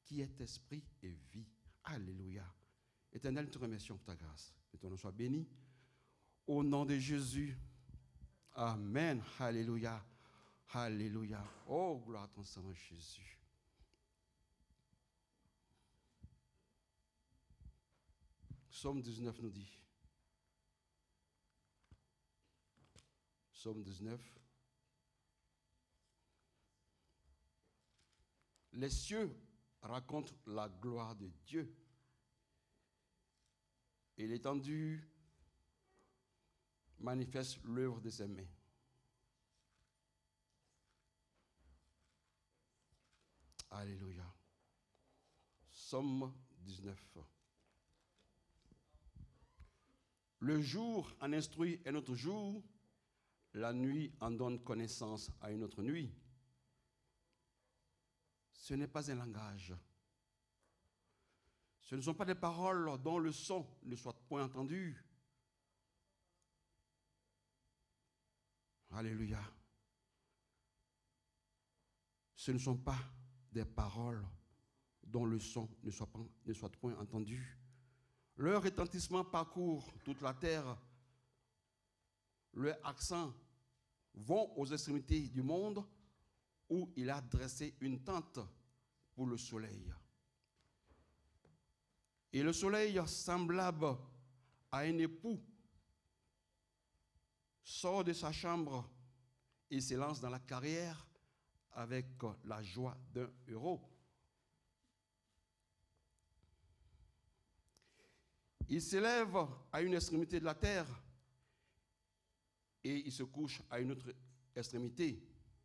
qui est esprit et vie. Alléluia. Éternel, nous te remercions pour ta grâce. Que ton nom soit béni. Au nom de Jésus. Amen. Alléluia. Alléluia. Oh, gloire à ton Seigneur Jésus. Psaume 19 nous dit. Psaume 19. Les cieux racontent la gloire de Dieu. Et l'étendue manifeste l'œuvre de ses mains. Alléluia. Psaume 19. Le jour en instruit un autre jour, la nuit en donne connaissance à une autre nuit. Ce n'est pas un langage. Ce ne sont pas des paroles dont le son ne soit point entendu. Alléluia. Ce ne sont pas des paroles dont le son ne soit point entendu. Leur retentissement parcourt toute la terre. Leurs accents vont aux extrémités du monde où il a dressé une tente pour le soleil. Et le soleil, semblable à un époux, sort de sa chambre et s'élance dans la carrière avec la joie d'un héros. Il s'élève à une extrémité de la terre et il se couche à une autre extrémité.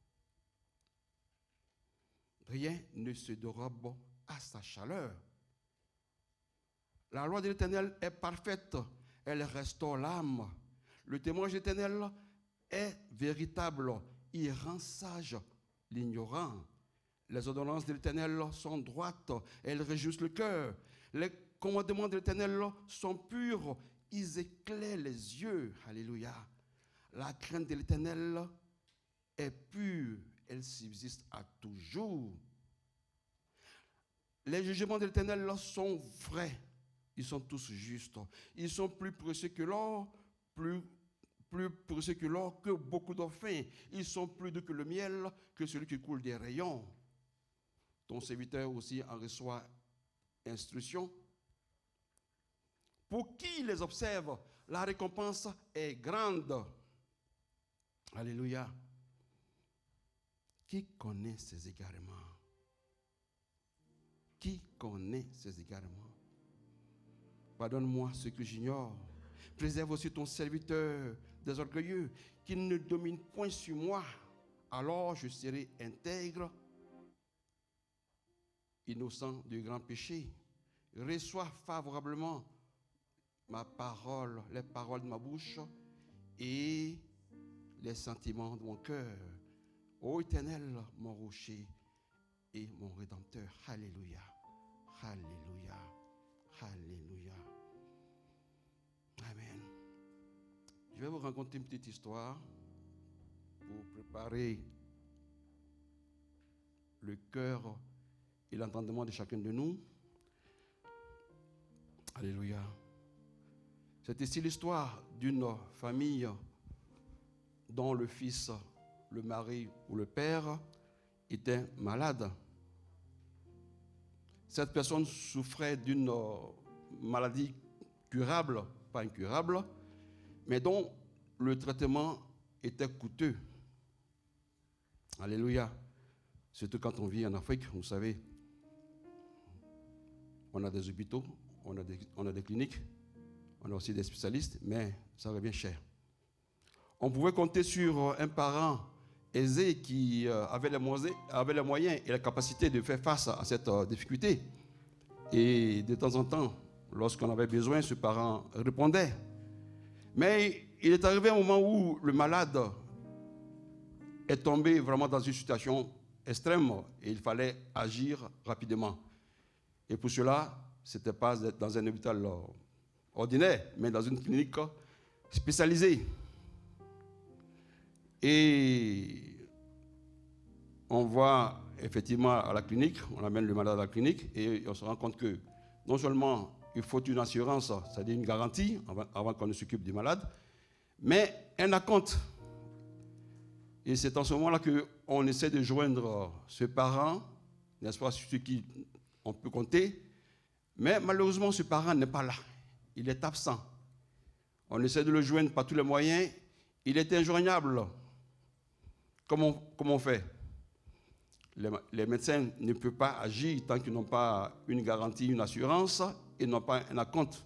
Rien ne se dérobe à sa chaleur. La loi de l'Éternel est parfaite, elle restaure l'âme. Le témoignage de l'Éternel est véritable, il rend sage l'ignorant. Les ordonnances de l'Éternel sont droites, elles réjouissent le cœur. Les commandements de l'Éternel sont purs, ils éclairent les yeux. Alléluia. La crainte de l'Éternel est pure, elle subsiste à toujours. Les jugements de l'Éternel sont vrais, ils sont tous justes. Ils sont plus précieux que l'or, plus précieux que l'or, que beaucoup d'or fin. Ils sont plus doux que le miel, que celui qui coule des rayons. Ton serviteur aussi en reçoit instruction. Pour qui les observe, la récompense est grande. Alléluia. Qui connaît ces égarements? Qui connaît ces égarements? Pardonne-moi ce que j'ignore. Préserve aussi ton serviteur des orgueilleux, qu'il ne domine point sur moi. Alors je serai intègre, innocent du grand péché. Reçois favorablement ma parole, les paroles de ma bouche et les sentiments de mon cœur. Ô Éternel, mon rocher et mon rédempteur. Alléluia. Alléluia. Alléluia. Amen. Je vais vous raconter une petite histoire pour préparer le cœur et l'entendement de chacun de nous. Alléluia. C'est ici l'histoire d'une famille dont le fils, le mari ou le père était malade. Cette personne souffrait d'une maladie curable, pas incurable, mais dont le traitement était coûteux. Alléluia. Surtout quand on vit en Afrique, vous savez, on a des hôpitaux, on a des cliniques, on a aussi des spécialistes, mais ça revient cher. On pouvait compter sur un parent aisé qui avait les moyens et la capacité de faire face à cette difficulté. Et de temps en temps, lorsqu'on avait besoin, ce parent répondait. Mais il est arrivé un moment où le malade est tombé vraiment dans une situation extrême et il fallait agir rapidement. Et pour cela, ce n'était pas dans un hôpital ordinaire, mais dans une clinique spécialisée. Et on voit effectivement à la clinique, on amène le malade à la clinique et on se rend compte que non seulement il faut une assurance, c'est-à-dire une garantie avant qu'on ne s'occupe du malade, mais un acompte. Et c'est en ce moment-là qu'on essaie de joindre ce parent, n'est-ce pas, sur qui on peut compter, mais malheureusement ce parent n'est pas là, il est absent. On essaie de le joindre par tous les moyens, il est injoignable. Comment on fait? Les médecins ne peuvent pas agir tant qu'ils n'ont pas une garantie, une assurance, et n'ont pas un acompte.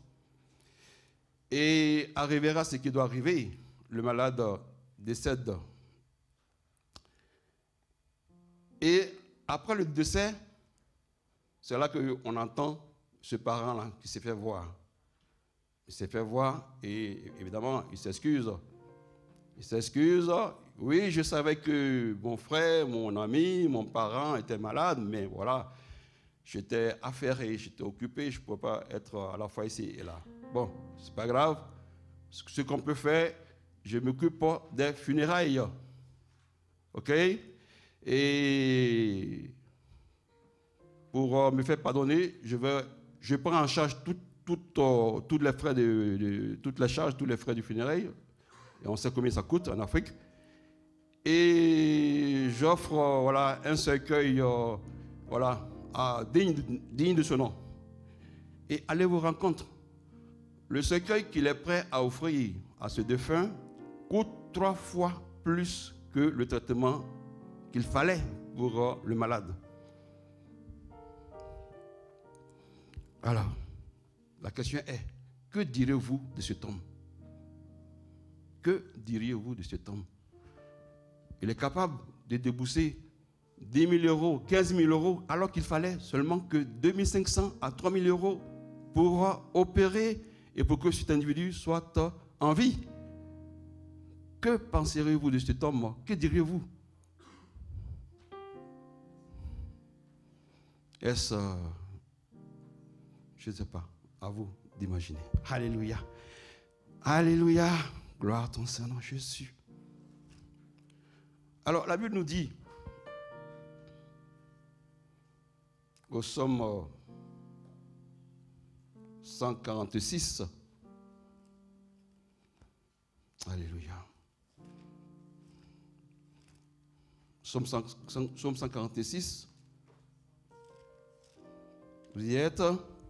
Et arrivera ce qui doit arriver. Le malade décède. Et après le décès, c'est là qu'on entend ce parent-là qui s'est fait voir. Il s'est fait voir et évidemment, il s'excuse. Il s'excuse. Oui, je savais que mon frère, mon ami, mon parent était malade, mais voilà, j'étais affairé, j'étais occupé, je ne pouvais pas être à la fois ici et là. Bon, c'est pas grave. Ce qu'on peut faire, je m'occupe des funérailles. OK? Et pour me faire pardonner, je prends en charge toutes les frais toutes les charges, tous les frais du funérail. Et on sait combien ça coûte en Afrique. Et j'offre voilà, un cercueil voilà, digne de ce nom. Et allez vous rendre compte, le cercueil qu'il est prêt à offrir à ce défunt coûte 3 fois plus que le traitement qu'il fallait pour le malade. Alors, la question est, que direz-vous de cet homme? Que diriez-vous de cet homme? Il est capable de débourser 10 000 euros, 15 000 euros, alors qu'il fallait seulement que 2 500 à 3 000 euros pour opérer et pour que cet individu soit en vie. Que penserez-vous de cet homme? Que diriez-vous? Est-ce, je ne sais pas, à vous d'imaginer. Alléluia. Alléluia. Gloire à ton Seigneur Jésus. Alors, la Bible nous dit, au psaume 146, alléluia, psaume 146, vous y êtes.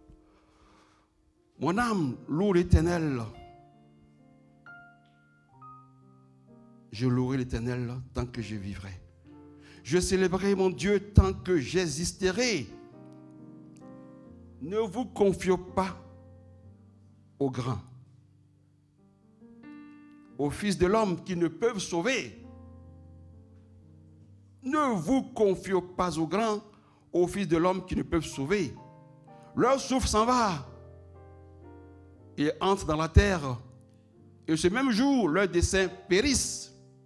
Mon âme loue l'Éternel. Je louerai l'Éternel tant que je vivrai. Je célébrerai mon Dieu tant que j'existerai. Ne vous confiez pas aux grands, aux fils de l'homme qui ne peuvent sauver. Ne vous confiez pas aux grands, aux fils de l'homme qui ne peuvent sauver. Leur souffle s'en va et entre dans la terre. Et ce même jour, leurs desseins périssent.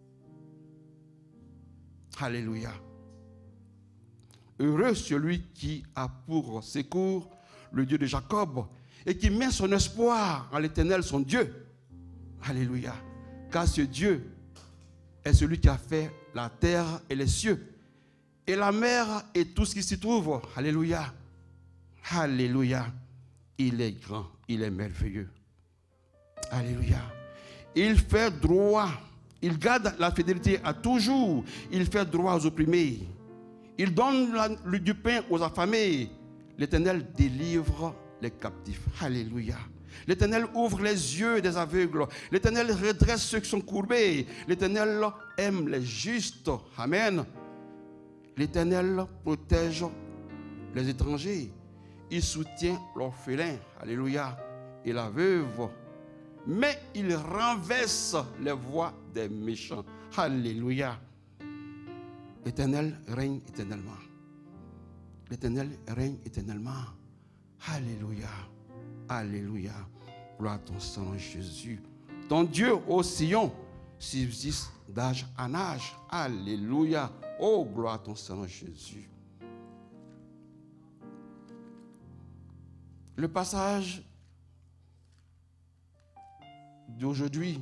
Alléluia. Heureux celui qui a pour secours le Dieu de Jacob et qui met son espoir en l'Éternel, son Dieu. Alléluia. Car ce Dieu est celui qui a fait la terre et les cieux et la mer et tout ce qui s'y trouve. Alléluia. Alléluia. Il est grand, il est merveilleux. Alléluia. Il fait droit. Il garde la fidélité à toujours. Il fait droit aux opprimés. Il donne du pain aux affamés. L'Éternel délivre les captifs. Alléluia. L'Éternel ouvre les yeux des aveugles. L'Éternel redresse ceux qui sont courbés. L'Éternel aime les justes. Amen. L'Éternel protège les étrangers. Il soutient l'orphelin. Alléluia. Et la veuve. Mais il renverse les voies des méchants. Alléluia. L'Éternel règne éternellement. L'Éternel règne éternellement. Alléluia. Alléluia. Gloire à ton Seigneur Jésus. Ton Dieu, ô Sion, subsiste d'âge en âge. Alléluia. Oh, gloire à ton Seigneur Jésus. Le passage d'aujourd'hui,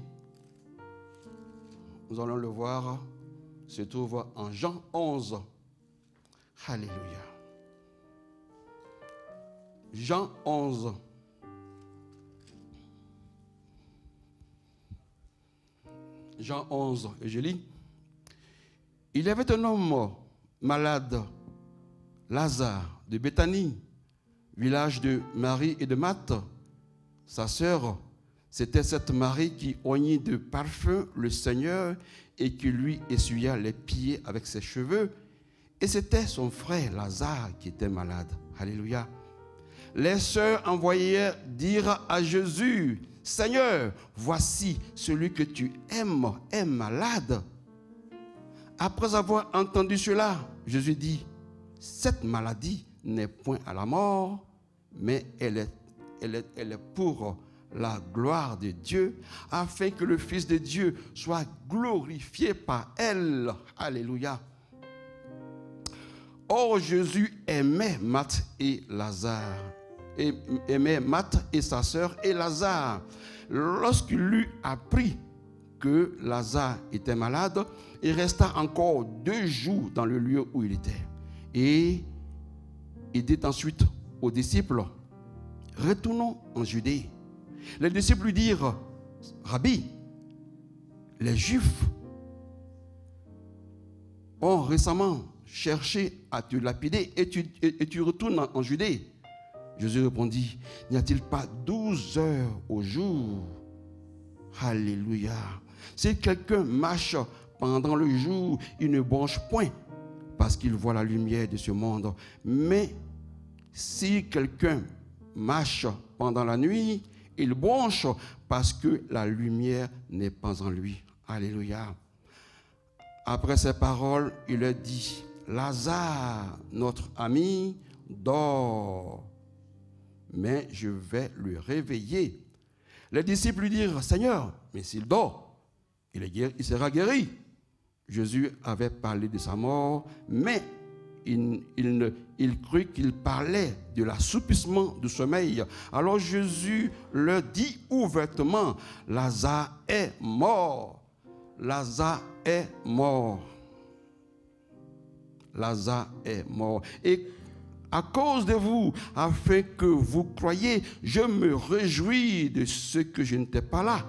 nous allons le voir, se trouve en Jean 11, Alléluia. Jean 11. Jean 11, et je lis. Il y avait un homme malade, Lazare, de Béthanie, village de Marie et de Marthe, sa sœur. C'était cette Marie qui oignit de parfum le Seigneur et qui lui essuya les pieds avec ses cheveux. Et c'était son frère Lazare qui était malade. Alléluia. Les sœurs envoyèrent dire à Jésus, « Seigneur, voici celui que tu aimes est malade. » Après avoir entendu cela, Jésus dit, « Cette maladie n'est point à la mort, mais elle est pour la gloire de Dieu, afin que le Fils de Dieu soit glorifié par elle. » Alléluia. Or, Jésus aimait Marthe et Lazare, aimait Marthe et sa sœur et Lazare. Lorsqu'il eut appris que Lazare était malade, il resta encore 2 jours dans le lieu où il était. Et il dit ensuite aux disciples, « Retournons en Judée. » Les disciples lui dirent, « Rabbi, les Juifs ont récemment cherché à te lapider et tu retournes en Judée. » Jésus répondit, « N'y a-t-il pas 12 heures au jour? » Alléluia. Si quelqu'un marche pendant le jour, il ne bronche point parce qu'il voit la lumière de ce monde. Mais si quelqu'un marche pendant la nuit, il bronche parce que la lumière n'est pas en lui. Alléluia. Après ces paroles, il leur dit, « Lazare, notre ami, dort, mais je vais le réveiller. » Les disciples lui dirent, « Seigneur, mais s'il dort, il sera guéri. » Jésus avait parlé de sa mort, mais il crut qu'il parlait de l'assoupissement du sommeil. Alors Jésus leur dit ouvertement, « Lazare est mort. Lazare est mort. Lazare est mort. Et à cause de vous, afin que vous croyiez, je me réjouis de ce que je n'étais pas là.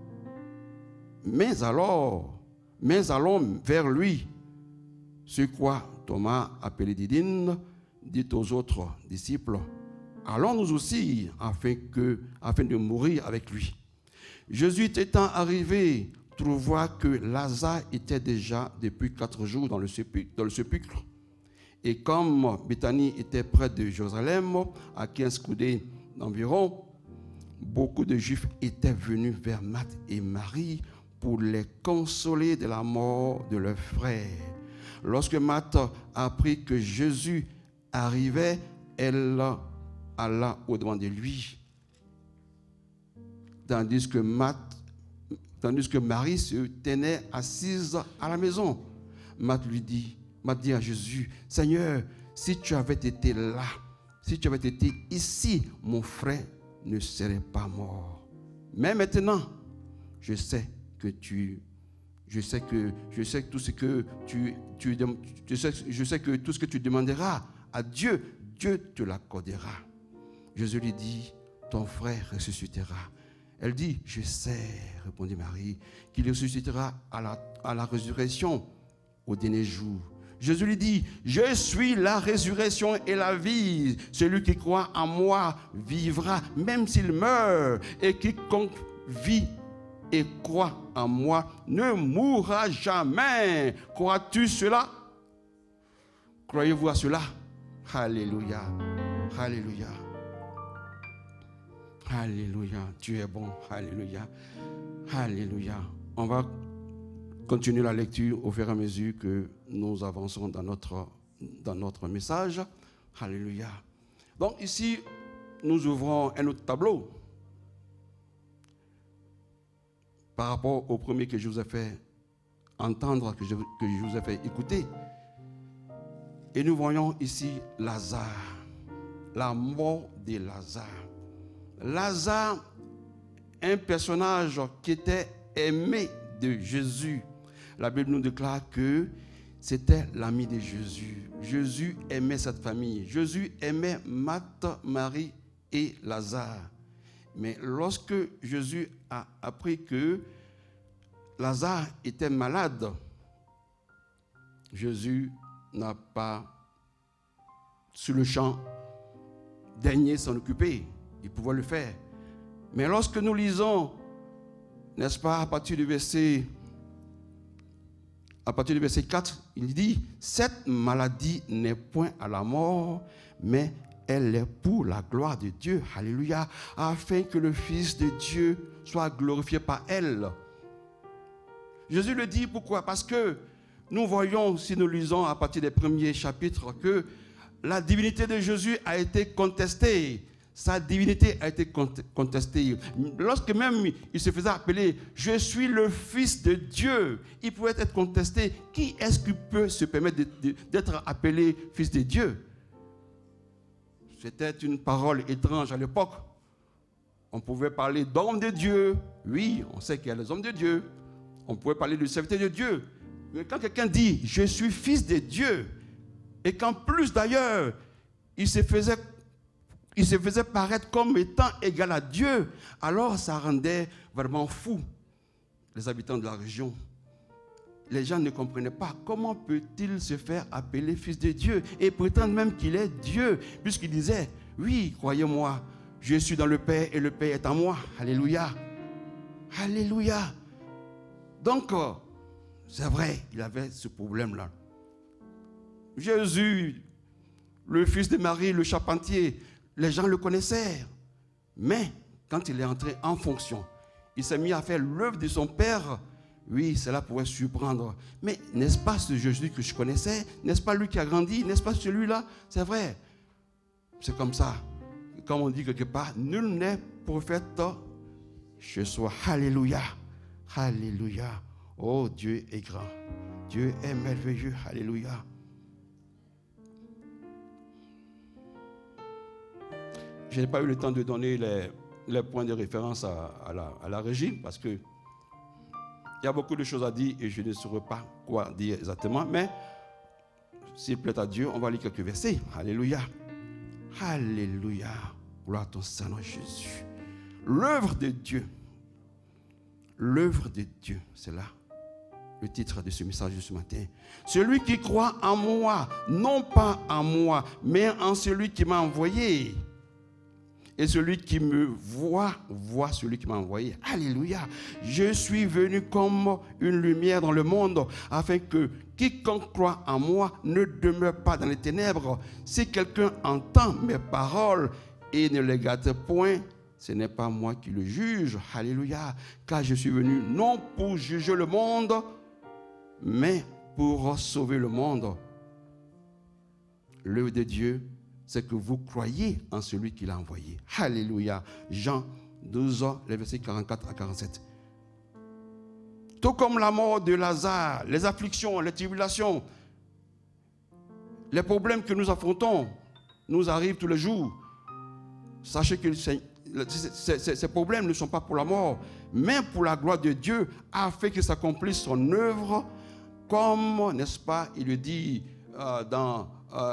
Mais allons vers lui. » Ce quoi Thomas, appelé Didyme, dit aux autres disciples, « Allons nous aussi, afin de mourir avec lui. » Jésus étant arrivé, trouva que Lazare était déjà depuis 4 jours dans le sépulcre. Et comme Béthanie était près de Jérusalem, à 15 coudées d'environ, beaucoup de Juifs étaient venus vers Marthe et Marie pour les consoler de la mort de leur frère. Lorsque Marthe apprit que Jésus arrivait, elle alla au-devant de lui. Tandis que Marie se tenait assise à la maison. Marthe dit à Jésus, « Seigneur, si tu avais été là, si tu avais été ici, mon frère ne serait pas mort. Mais maintenant, je sais que tout ce que tu demanderas à Dieu, Dieu te l'accordera. » Jésus lui dit, « Ton frère ressuscitera. » Elle dit, « Je sais, répondit Marie, qu'il ressuscitera à la résurrection au dernier jour. » Jésus lui dit, « Je suis la résurrection et la vie. Celui qui croit en moi vivra, même s'il meurt. Et quiconque vit et croit en moi ne mourra jamais. » Crois-tu cela? Croyez-vous à cela? Alléluia. Alléluia. Alléluia. Tu es bon. Alléluia. Alléluia. On va continuer la lecture au fur et à mesure que nous avançons dans notre message. Alléluia. Donc ici, nous ouvrons un autre tableau par rapport au premier que je vous ai fait entendre, que je vous ai fait écouter. Et nous voyons ici Lazare, la mort de Lazare. Lazare, un personnage qui était aimé de Jésus. La Bible nous déclare que c'était l'ami de Jésus. Jésus aimait cette famille. Jésus aimait Marthe, Marie et Lazare. Mais lorsque Jésus a appris que Lazare était malade, Jésus n'a pas, sur le champ, daigné s'en occuper. Il pouvait le faire. Mais lorsque nous lisons, n'est-ce pas, à partir du verset 4, il dit, cette maladie n'est point à la mort, mais elle est pour la gloire de Dieu. Alléluia. Afin que le Fils de Dieu soit glorifié par elle. Jésus le dit, pourquoi? Parce que nous voyons, si nous lisons à partir des premiers chapitres, que la divinité de Jésus a été contestée. Sa divinité a été contestée. Lorsque même il se faisait appeler « Je suis le Fils de Dieu », il pouvait être contesté. Qui est-ce qui peut se permettre d'être appelé Fils de Dieu? C'était une parole étrange à l'époque. On pouvait parler d'homme de Dieu. Oui, on sait qu'il y a les hommes de Dieu. On pouvait parler de serviteur de Dieu. Mais quand quelqu'un dit « Je suis Fils de Dieu », et qu'en plus d'ailleurs, il se faisait paraître comme étant égal à Dieu, alors ça rendait vraiment fou les habitants de la région. Les gens ne comprenaient pas comment peut-il se faire appeler Fils de Dieu et prétendre même qu'il est Dieu, puisqu'il disait, oui, croyez-moi, je suis dans le Père et le Père est en moi. Alléluia. Alléluia. Donc, c'est vrai, il avait ce problème-là. Jésus, le fils de Marie, le charpentier, les gens le connaissaient. Mais quand il est entré en fonction, il s'est mis à faire l'œuvre de son Père. Oui, cela pourrait surprendre. Mais n'est-ce pas ce Jésus que je connaissais? N'est-ce pas lui qui a grandi? N'est-ce pas celui-là? C'est vrai. C'est comme ça. Comme on dit quelque part, nul n'est prophète chez soi. Alléluia. Alléluia. Oh, Dieu est grand. Dieu est merveilleux. Alléluia. Je n'ai pas eu le temps de donner les points de référence à la régie parce que il y a beaucoup de choses à dire et je ne saurais pas quoi dire exactement. Mais s'il plaît à Dieu, on va lire quelques versets. Alléluia. Alléluia. Gloire à ton Seigneur Jésus. L'œuvre de Dieu. L'œuvre de Dieu, c'est là le titre de ce message de ce matin. Celui qui croit en moi, non pas en moi, mais en celui qui m'a envoyé. Et celui qui me voit, voit celui qui m'a envoyé. Alléluia. Je suis venu comme une lumière dans le monde, afin que quiconque croit en moi ne demeure pas dans les ténèbres. Si quelqu'un entend mes paroles et ne les garde point, ce n'est pas moi qui le juge. Alléluia. Car je suis venu non pour juger le monde, mais pour sauver le monde. L'œuvre de Dieu, c'est que vous croyez en celui qui l'a envoyé. Alléluia. Jean 12, les versets 44 à 47. Tout comme la mort de Lazare, les afflictions, les tribulations, les problèmes que nous affrontons nous arrivent tous les jours. Sachez que ces problèmes ne sont pas pour la mort, mais pour la gloire de Dieu, afin que s'accomplisse son œuvre, comme, n'est-ce pas, il le dit en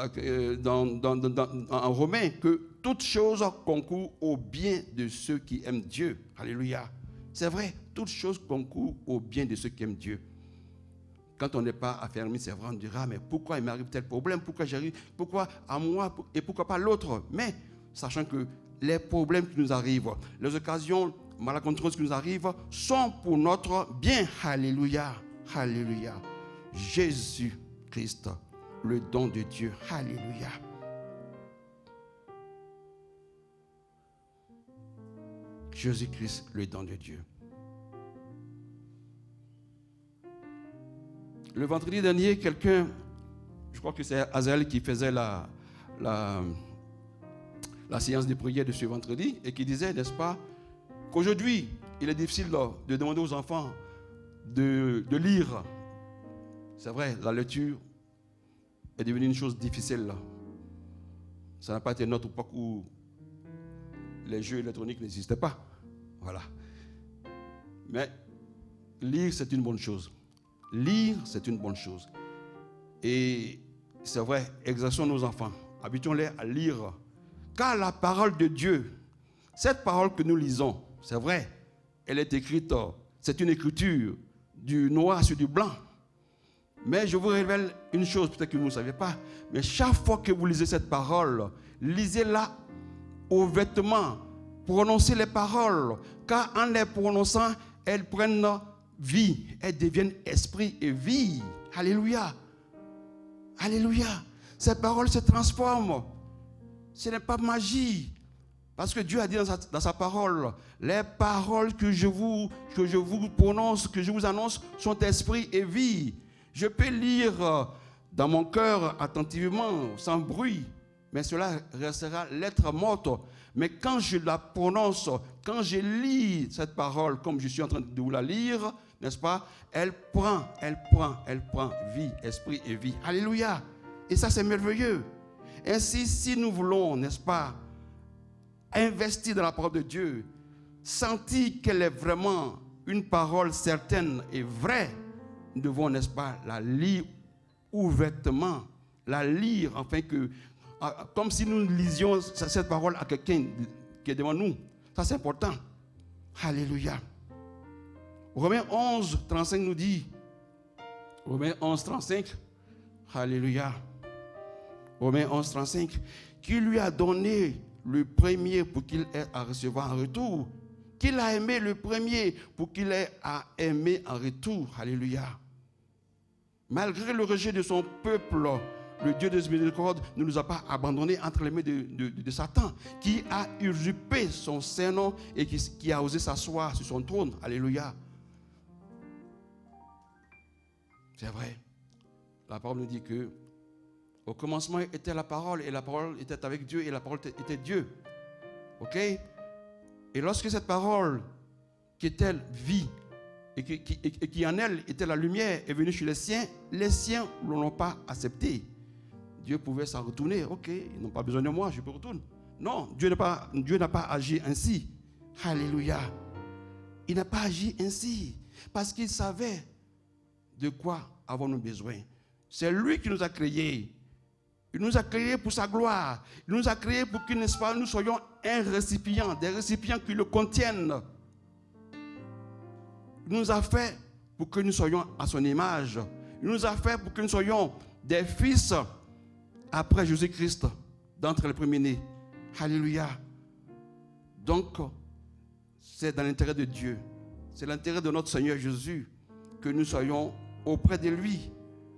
Romains, que toute chose concourt au bien de ceux qui aiment Dieu. Alléluia. C'est vrai, toute chose concourt au bien de ceux qui aiment Dieu. Quand on n'est pas affermi, c'est vrai, on dira, mais pourquoi il m'arrive tel problème? Pourquoi j'arrive? Pourquoi à moi et pourquoi pas l'autre? Mais sachant que les problèmes qui nous arrivent, les occasions malencontreuses qui nous arrivent sont pour notre bien. Alléluia. Alléluia. Jésus-Christ, le don de Dieu. Alléluia. Jésus-Christ, le don de Dieu. Le vendredi dernier, quelqu'un, je crois que c'est Azaël qui faisait la séance de prière de ce vendredi et qui disait, n'est-ce pas, qu'aujourd'hui, il est difficile de demander aux enfants de lire. C'est vrai, la lecture est devenue une chose difficile. Ça n'a pas été notre époque où les jeux électroniques n'existaient pas. Voilà. Mais lire, c'est une bonne chose. Lire, c'est une bonne chose. Et c'est vrai, exerçons nos enfants. Habituons-les à lire. Car la parole de Dieu, cette parole que nous lisons, c'est vrai, elle est écrite, c'est une écriture du noir sur du blanc. Mais je vous révèle une chose, peut-être que vous ne savez pas, mais chaque fois que vous lisez cette parole, lisez-la ouvertement, prononcez les paroles, car en les prononçant, elles prennent vie, elles deviennent esprit et vie. Alléluia. Alléluia. Ces paroles se transforment. Ce n'est pas magie. Parce que Dieu a dit dans sa parole, les paroles que je vous prononce, que je vous annonce, sont esprit et vie. Je peux lire dans mon cœur attentivement, sans bruit, mais cela restera lettre morte. Mais quand je la prononce, quand je lis cette parole, comme je suis en train de vous la lire, n'est-ce pas, elle prend vie, esprit et vie. Alléluia. Et ça, c'est merveilleux. Ainsi, si nous voulons, n'est-ce pas, investir dans la parole de Dieu, sentir qu'elle est vraiment une parole certaine et vraie, nous devons, n'est-ce pas, la lire ouvertement, la lire, afin que, comme si nous lisions cette parole à quelqu'un qui est devant nous. Ça, c'est important. Alléluia. Romains 11, 35 nous dit, Romains 11, 35, alléluia. Romains 11, 35, qui lui a donné le premier pour qu'il ait à recevoir en retour, qu'il a aimé le premier pour qu'il ait à aimer en retour. Alléluia. Malgré le rejet de son peuple, le Dieu de miséricorde ne nous a pas abandonnés entre les mains de Satan, qui a usurpé son Saint-Nom et qui a osé s'asseoir sur son trône. Alléluia. C'est vrai. La parole nous dit que au commencement était la parole, et la parole était avec Dieu, et la parole était Dieu. Ok? Et lorsque cette parole, qui était vie, et qui en elle était la lumière, est venue chez les siens ne l'ont pas accepté. Dieu pouvait s'en retourner. Ok, ils n'ont pas besoin de moi, je peux retourner. Non, Dieu n'a pas agi ainsi. Alléluia. Il n'a pas agi ainsi, parce qu'il savait de quoi avons-nous besoin. C'est lui qui nous a créés. Il nous a créés pour sa gloire. Il nous a créés pour que, n'est-ce pas, nous soyons un récipient, des récipients qui le contiennent. Il nous a fait pour que nous soyons à son image. Il nous a fait pour que nous soyons des fils après Jésus-Christ, d'entre les premiers-nés. Alléluia. Donc, c'est dans l'intérêt de Dieu. C'est l'intérêt de notre Seigneur Jésus que nous soyons auprès de lui,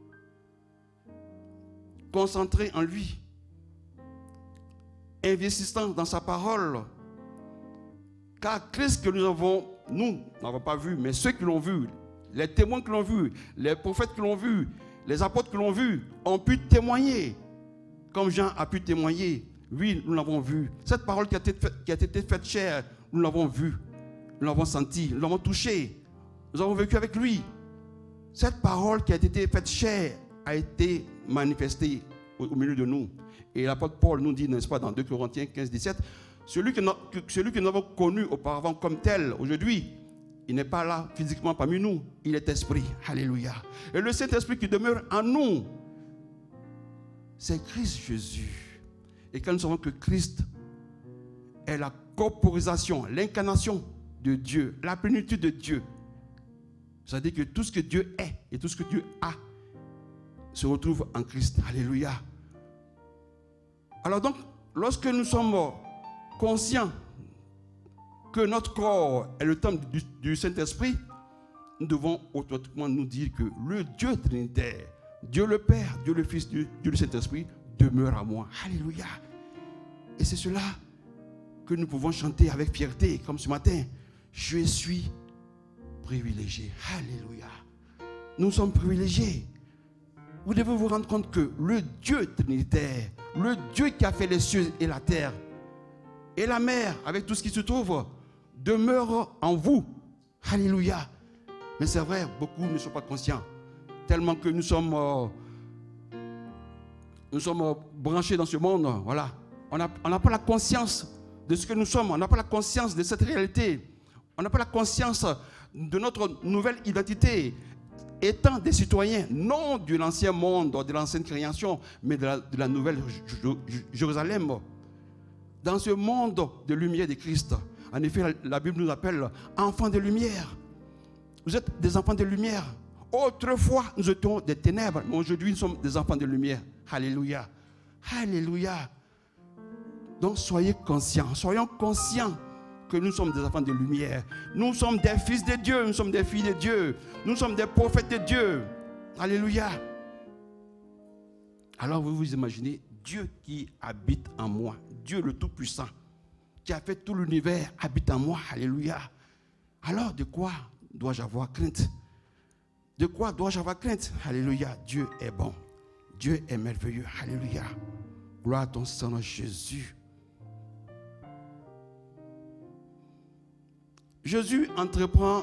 concentrés en lui, investissant dans sa parole. Car Christ que nous n'avons pas vu, mais ceux qui l'ont vu, les témoins qui l'ont vu, les prophètes qui l'ont vu, les apôtres qui l'ont vu, ont pu témoigner, comme Jean a pu témoigner. Oui, nous l'avons vu. Cette parole qui a été faite chair, nous l'avons vue, nous l'avons sentie, nous l'avons touchée, nous avons vécu avec lui. Cette parole qui a été faite chair a été manifestée au milieu de nous. Et l'apôtre Paul nous dit, n'est-ce pas, dans 2 Corinthiens 15, 17, celui que nous avons connu auparavant comme tel, aujourd'hui, il n'est pas là physiquement parmi nous, il est esprit. Alléluia. Et le Saint-Esprit qui demeure en nous, c'est Christ Jésus. Et quand nous savons que Christ est la corporisation, l'incarnation de Dieu, la plénitude de Dieu, c'est-à-dire que tout ce que Dieu est et tout ce que Dieu a se retrouve en Christ. Alléluia. Alors donc, lorsque nous sommes conscients que notre corps est le temple du Saint-Esprit, nous devons automatiquement nous dire que le Dieu trinitaire, Dieu le Père, Dieu le Fils, Dieu le Saint-Esprit demeure à moi. Alléluia. Et c'est cela que nous pouvons chanter avec fierté, comme ce matin. Je suis privilégié. Alléluia. Nous sommes privilégiés. Vous devez vous rendre compte que le Dieu trinitaire, le Dieu qui a fait les cieux et la terre, et la mer, avec tout ce qui se trouve, demeure en vous. Alléluia. Mais c'est vrai, beaucoup ne sont pas conscients. Tellement que nous sommes branchés dans ce monde. Voilà. On n'a pas la conscience de ce que nous sommes. On n'a pas la conscience de cette réalité. On n'a pas la conscience de notre nouvelle identité. étant des citoyens, non de l'ancien monde, de l'ancienne création, mais de la nouvelle Jérusalem. Dans ce monde de lumière de Christ, en effet, la Bible nous appelle enfants de lumière. Vous êtes des enfants de lumière. Autrefois, nous étions des ténèbres, mais aujourd'hui, nous sommes des enfants de lumière. Alléluia. Alléluia. Donc, soyons conscients que nous sommes des enfants de lumière. Nous sommes des fils de Dieu, nous sommes des filles de Dieu. Nous sommes des prophètes de Dieu. Alléluia. Alors, vous vous imaginez Dieu qui habite en moi, Dieu le Tout-Puissant, qui a fait tout l'univers, habite en moi. Alléluia. Alors, de quoi dois-je avoir crainte? De quoi dois-je avoir crainte? Alléluia. Dieu est bon. Dieu est merveilleux. Alléluia. Gloire à ton Seigneur Jésus. Jésus entreprend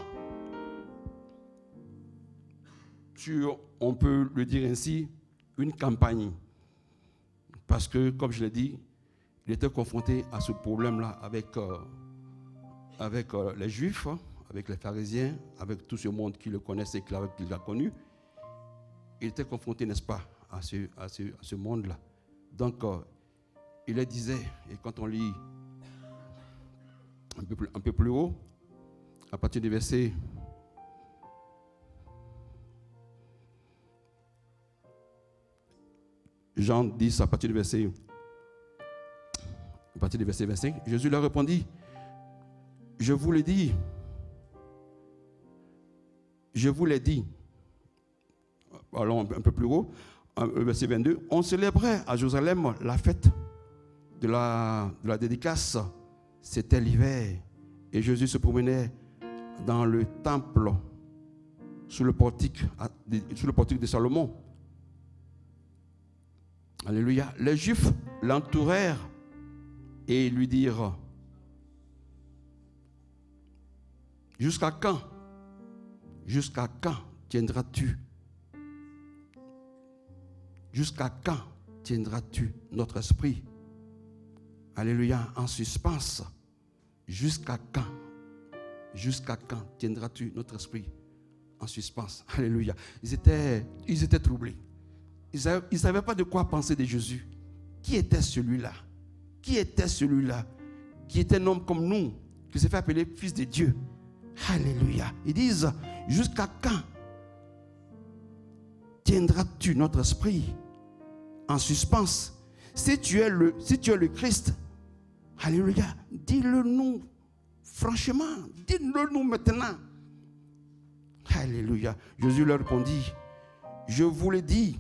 sur, on peut le dire ainsi, une campagne. Parce que, comme je l'ai dit, il était confronté à ce problème-là avec les Juifs, avec les pharisiens, avec tout ce monde qui le connaissait et qui l'a connu. Il était confronté, n'est-ce pas, à ce monde-là. Donc, il le disait, et quand on lit un peu plus haut, à partir du verset Jean 10, à partir du verset 25, Jésus leur répondit, je vous l'ai dit, allons un peu plus haut, verset 22, on célébrait à Jérusalem la fête de la dédicace, c'était l'hiver, et Jésus se promenait dans le temple, sous le portique de Salomon. Alléluia. Les Juifs l'entourèrent et lui dirent, jusqu'à quand tiendras-tu? Jusqu'à quand tiendras-tu notre esprit? Alléluia, en suspens. Jusqu'à quand? Jusqu'à quand tiendras-tu notre esprit en suspens? Alléluia. Ils étaient troublés. Ils ne savaient pas de quoi penser de Jésus. Qui était celui-là? Qui était celui-là? Qui était un homme comme nous, qui s'est fait appeler fils de Dieu. Alléluia. Ils disent, jusqu'à quand tiendras-tu notre esprit en suspens? Si tu es le Christ, alléluia, dis-le nous franchement, dis-le nous maintenant. Alléluia. Jésus leur répondit, je vous l'ai dit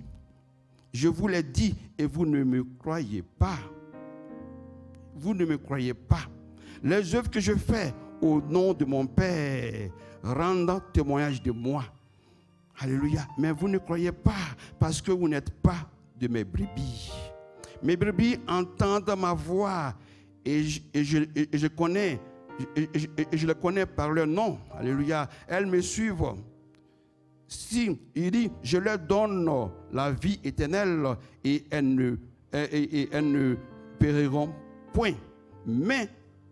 et vous ne me croyez pas. Vous ne me croyez pas. Les œuvres que je fais au nom de mon Père rendent témoignage de moi. Alléluia. Mais vous ne croyez pas parce que vous n'êtes pas de mes brebis. Mes brebis entendent ma voix et je les connais par leur nom. Alléluia. Elles me suivent. Si il dit, je leur donne la vie éternelle et elles ne périront point. Mais,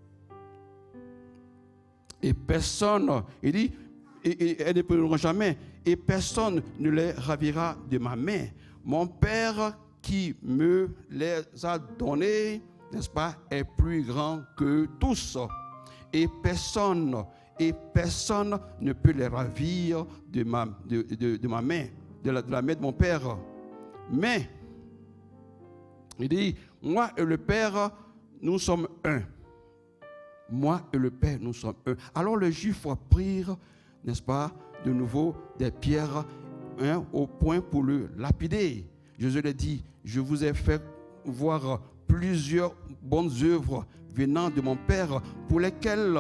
et personne, il dit, elles ne périront jamais, et personne ne les ravira de ma main. Mon Père qui me les a donnés, n'est-ce pas, est plus grand que tous. Et personne ne peut les ravir de ma main, de la main de mon Père. Mais, il dit, moi et le Père, nous sommes un. Moi et le Père, nous sommes un. Alors les Juifs prirent, n'est-ce pas, de nouveau des pierres au point pour le lapider. Jésus leur dit, je vous ai fait voir plusieurs bonnes œuvres venant de mon Père, pour lesquelles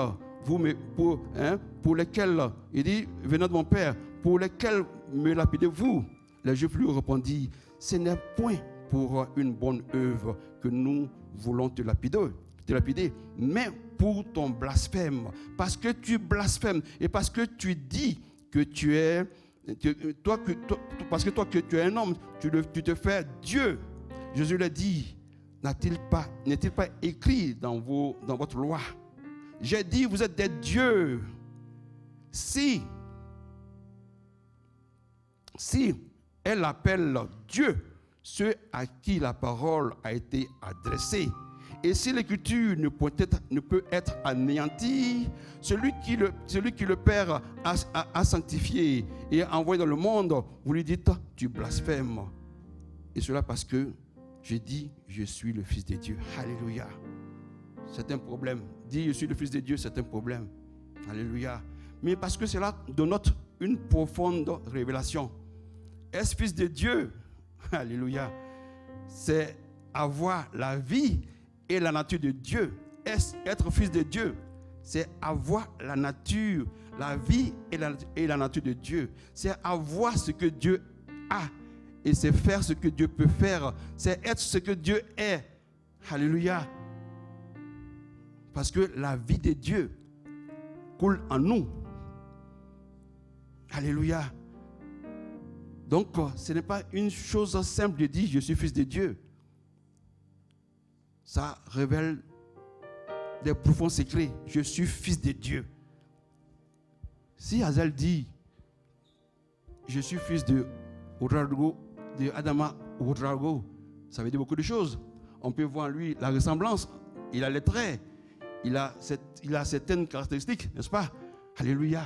il dit, venant de mon Père, pour lesquels me lapidez-vous? Les Juifs lui répondit, ce n'est point pour une bonne œuvre que nous voulons te lapider, mais pour ton blasphème, parce que tu blasphèmes et parce que tu dis que tu es, parce que toi que tu es un homme, tu te fais Dieu. Jésus lui dit, n'est-il pas écrit dans votre loi? J'ai dit, vous êtes des dieux. Si si elle appelle Dieu ceux à qui la parole a été adressée, et si l'écriture ne peut être anéantie, celui qui le Père a sanctifié et a envoyé dans le monde, vous lui dites, tu blasphèmes. Et cela parce que j'ai dit, je suis le Fils de Dieu. Alléluia. C'est un problème. Dire je suis le Fils de Dieu, c'est un problème. Alléluia. Mais parce que cela dénote une profonde révélation. Est-ce Fils de Dieu? Alléluia. C'est avoir la vie et la nature de Dieu. Être fils de Dieu, c'est avoir la nature, la vie et la nature de Dieu. C'est avoir ce que Dieu a. Et c'est faire ce que Dieu peut faire. C'est être ce que Dieu est. Alléluia. Parce que la vie de Dieu coule en nous. Alléluia. Donc, ce n'est pas une chose simple de dire je suis fils de Dieu. Ça révèle des profonds secrets. Je suis fils de Dieu. Si Hazael dit je suis fils de Ouedraogo, de Adama Ouedraogo, ça veut dire beaucoup de choses. On peut voir en lui la ressemblance. Il a les traits. Il a certaines caractéristiques, n'est-ce pas? Alléluia.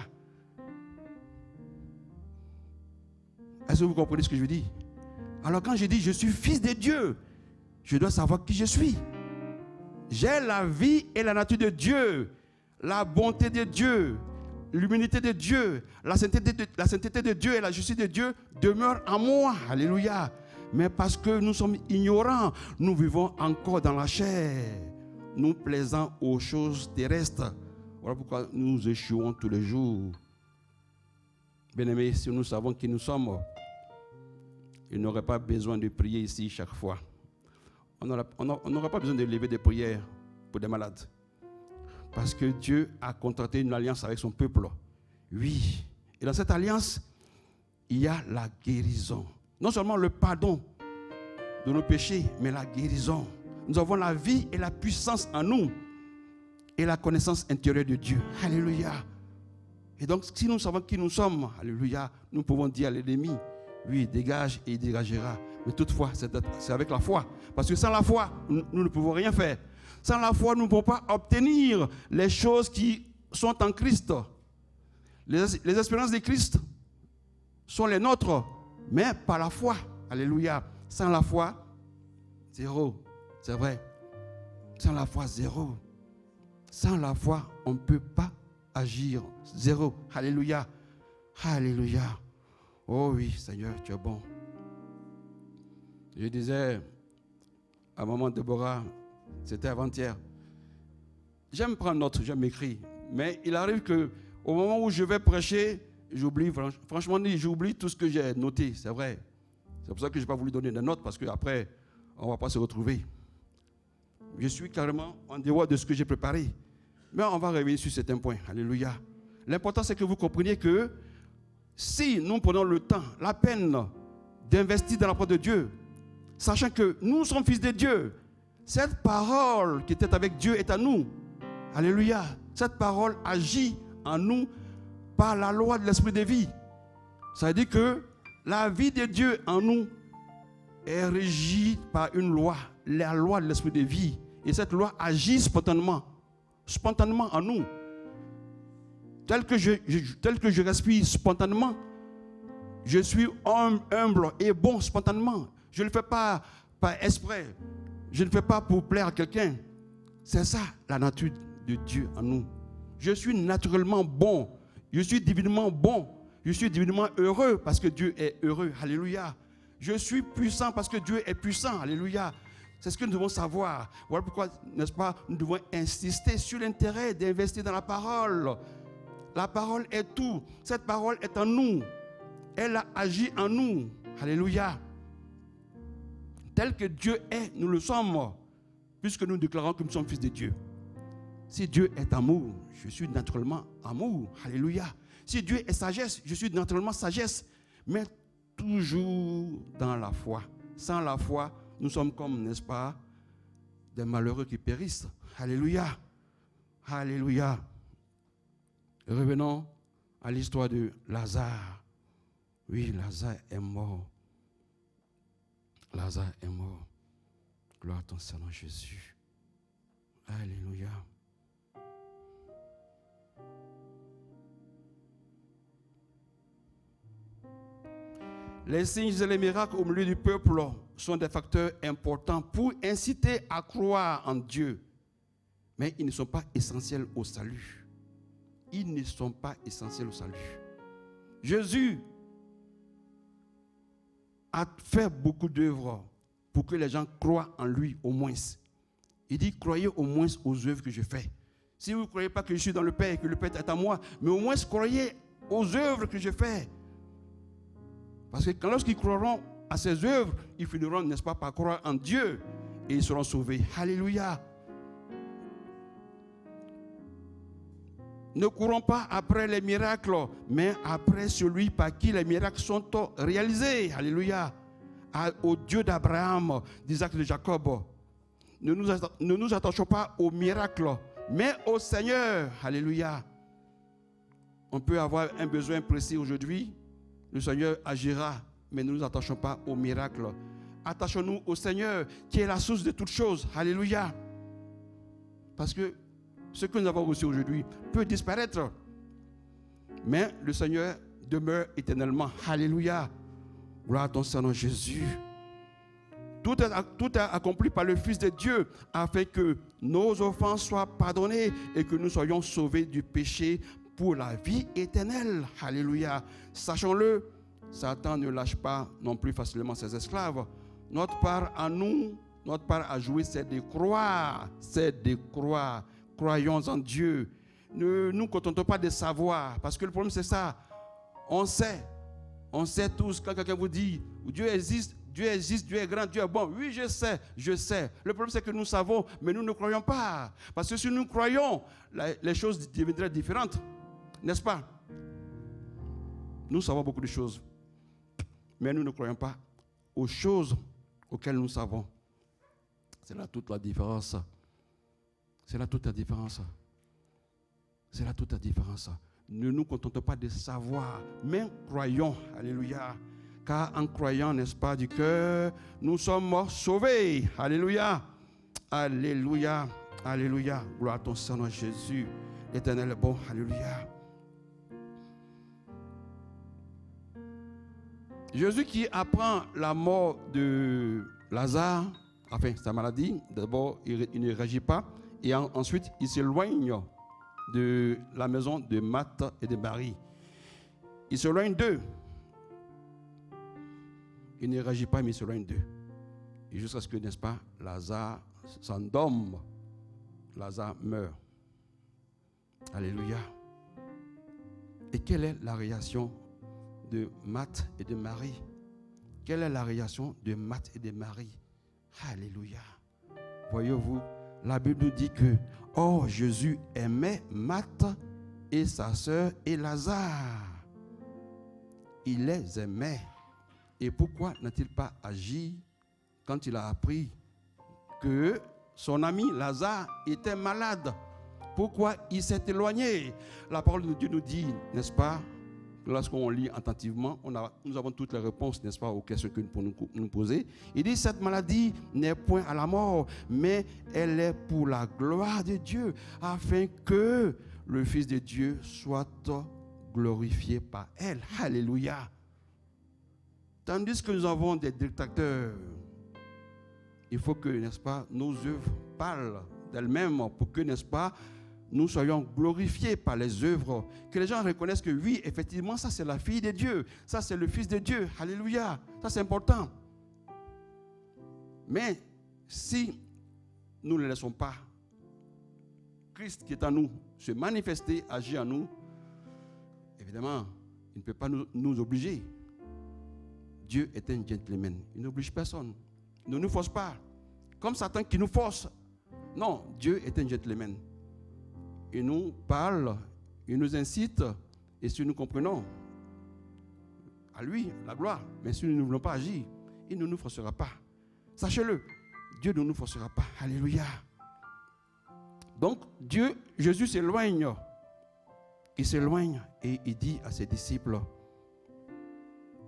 Est-ce que vous comprenez ce que je veux dire? Alors quand je dis je suis fils de Dieu, je dois savoir qui je suis. J'ai la vie et la nature de Dieu, la bonté de Dieu, l'humilité de Dieu, la sainteté de Dieu et la justice de Dieu demeurent en moi. Alléluia. Mais parce que nous sommes ignorants, nous vivons encore dans la chair, nous plaisant aux choses terrestres. Voilà pourquoi nous échouons tous les jours. Bien-aimés, si nous savons qui nous sommes, il n'aurait pas besoin de prier ici chaque fois. On n'aura pas besoin de lever des prières pour des malades. Parce que Dieu a contracté une alliance avec son peuple. Oui. Et dans cette alliance, il y a la guérison. Non seulement le pardon de nos péchés, mais la guérison. Nous avons la vie et la puissance en nous. Et la connaissance intérieure de Dieu. Alléluia. Et donc, si nous savons qui nous sommes, alléluia, nous pouvons dire à l'ennemi, oui, dégage et il dégagera. Mais toutefois, c'est avec la foi. Parce que sans la foi, nous ne pouvons rien faire. Sans la foi, nous ne pouvons pas obtenir les choses qui sont en Christ. Les espérances de Christ sont les nôtres, mais par la foi. Alléluia. Sans la foi, zéro. C'est vrai. Sans la foi, zéro. Sans la foi, on ne peut pas agir. Zéro. Alléluia. Alléluia. Oh oui, Seigneur, tu es bon. Je disais à maman Déborah, c'était avant-hier, j'aime prendre note, j'aime écrire, mais il arrive qu'au moment où je vais prêcher, j'oublie, franchement, j'oublie tout ce que j'ai noté, c'est vrai. C'est pour ça que je n'ai pas voulu donner des notes, parce qu'après, on ne va pas se retrouver. Je suis carrément en dehors de ce que j'ai préparé. Mais on va revenir sur certains points. Alléluia. L'important, c'est que vous compreniez que si nous prenons le temps, la peine d'investir dans la parole de Dieu, sachant que nous sommes fils de Dieu, cette parole qui était avec Dieu est à nous. Alléluia. Cette parole agit en nous par la loi de l'esprit de vie. Ça veut dire que la vie de Dieu en nous est régie par une loi, la loi de l'esprit de vie. Et cette loi agit spontanément en nous. Tel que je respire spontanément, je suis humble et bon spontanément. Je ne le fais pas par exprès. Je ne le fais pas pour plaire à quelqu'un. C'est ça la nature de Dieu en nous. Je suis naturellement bon. Je suis divinement bon. Je suis divinement heureux parce que Dieu est heureux. Alléluia. Je suis puissant parce que Dieu est puissant. Alléluia. C'est ce que nous devons savoir. Voilà pourquoi, n'est-ce pas, nous devons insister sur l'intérêt d'investir dans la parole. La parole est tout. Cette parole est en nous. Elle a agi en nous. Alléluia. Tel que Dieu est, nous le sommes, puisque nous déclarons que nous sommes fils de Dieu. Si Dieu est amour, je suis naturellement amour. Alléluia. Si Dieu est sagesse, je suis naturellement sagesse. Mais toujours dans la foi. Sans la foi, nous sommes comme, n'est-ce pas, des malheureux qui périssent. Alléluia. Alléluia. Revenons à l'histoire de Lazare. Oui, Lazare est mort. Lazare est mort. Gloire à ton Seigneur Jésus. Alléluia. Les signes et les miracles au milieu du peuple sont des facteurs importants pour inciter à croire en Dieu. Mais ils ne sont pas essentiels au salut. Ils ne sont pas essentiels au salut. Jésus a fait beaucoup d'œuvres pour que les gens croient en lui au moins. Il dit, croyez au moins aux œuvres que je fais. Si vous ne croyez pas que je suis dans le Père et que le Père est à moi, mais au moins croyez aux œuvres que je fais. Parce que lorsqu'ils croiront à ces œuvres, ils finiront, n'est-ce pas, par croire en Dieu et ils seront sauvés. Alléluia. Ne courons pas après les miracles, mais après celui par qui les miracles sont réalisés. Alléluia. Au Dieu d'Abraham, d'Isaac et de Jacob. Ne nous attachons pas aux miracles, mais au Seigneur. Alléluia. On peut avoir un besoin précis aujourd'hui. Le Seigneur agira, mais ne nous attachons pas aux miracles. Attachons-nous au Seigneur, qui est la source de toutes choses. Alléluia. Parce que ce que nous avons reçu aujourd'hui peut disparaître. Mais le Seigneur demeure éternellement. Alléluia. Gloire à ton Seigneur Jésus. Tout est accompli par le Fils de Dieu afin que nos offenses soient pardonnées et que nous soyons sauvés du péché pour la vie éternelle. Alléluia. Sachons-le, Satan ne lâche pas non plus facilement ses esclaves. Notre part à nous, notre part à jouer, c'est de croire. C'est de croire. Croyons en Dieu. Ne nous contentons pas de savoir. Parce que le problème, c'est ça. On sait tous. Quand quelqu'un vous dit, Dieu existe, Dieu est grand, Dieu est bon. Oui, je sais. Le problème, c'est que nous savons, mais nous ne croyons pas. Parce que si nous croyons, les choses deviendraient différentes. N'est-ce pas? Nous savons beaucoup de choses. Mais nous ne croyons pas aux choses auxquelles nous savons. C'est là toute la différence. C'est là toute la différence. C'est là toute la différence. Ne nous contentons pas de savoir, mais croyons. Alléluia. Car en croyant, n'est-ce pas, du cœur, nous sommes sauvés. Alléluia. Alléluia. Alléluia. Gloire à ton Seigneur Jésus. L'Éternel est bon. Alléluia. Jésus qui apprend la mort de Lazare, enfin sa maladie, d'abord il ne réagit pas et ensuite il s'éloigne de la maison de Marthe et de Marie. Il s'éloigne d'eux. Il ne réagit pas mais il s'éloigne d'eux. Et jusqu'à ce que, n'est-ce pas, Lazare s'endorme, Lazare meurt. Alléluia. Et quelle est la réaction de Marthe et de Marie? Quelle est la réaction de Marthe et de Marie? Alléluia. Voyez-vous, la Bible nous dit que, oh, Jésus aimait Marthe et sa sœur et Lazare. Il les aimait. Et pourquoi n'a-t-il pas agi quand il a appris que son ami Lazare était malade? Pourquoi il s'est éloigné? La parole de Dieu nous dit, n'est-ce pas, lorsqu'on lit attentivement, nous avons toutes les réponses, n'est-ce pas, aux questions que nous pouvons nous poser. Il dit, cette maladie n'est point à la mort, mais elle est pour la gloire de Dieu, afin que le Fils de Dieu soit glorifié par elle. Alléluia. Tandis que nous avons des détracteurs, il faut que, n'est-ce pas, nos œuvres parlent d'elles-mêmes pour que, n'est-ce pas, nous soyons glorifiés par les œuvres, que les gens reconnaissent que oui, effectivement, ça c'est la fille de Dieu, ça c'est le Fils de Dieu, alléluia, ça c'est important. Mais si nous ne laissons pas Christ qui est en nous se manifester, agir en nous, évidemment, il ne peut pas nous obliger. Dieu est un gentleman, il n'oblige personne, il ne nous force pas, comme Satan qui nous force. Non, Dieu est un gentleman. Il nous parle, il nous incite, et si nous comprenons, à lui, la gloire. Mais si nous ne voulons pas agir, il ne nous forcera pas. Sachez-le, Dieu ne nous forcera pas. Alléluia. Donc, Jésus s'éloigne. Il s'éloigne et il dit à ses disciples,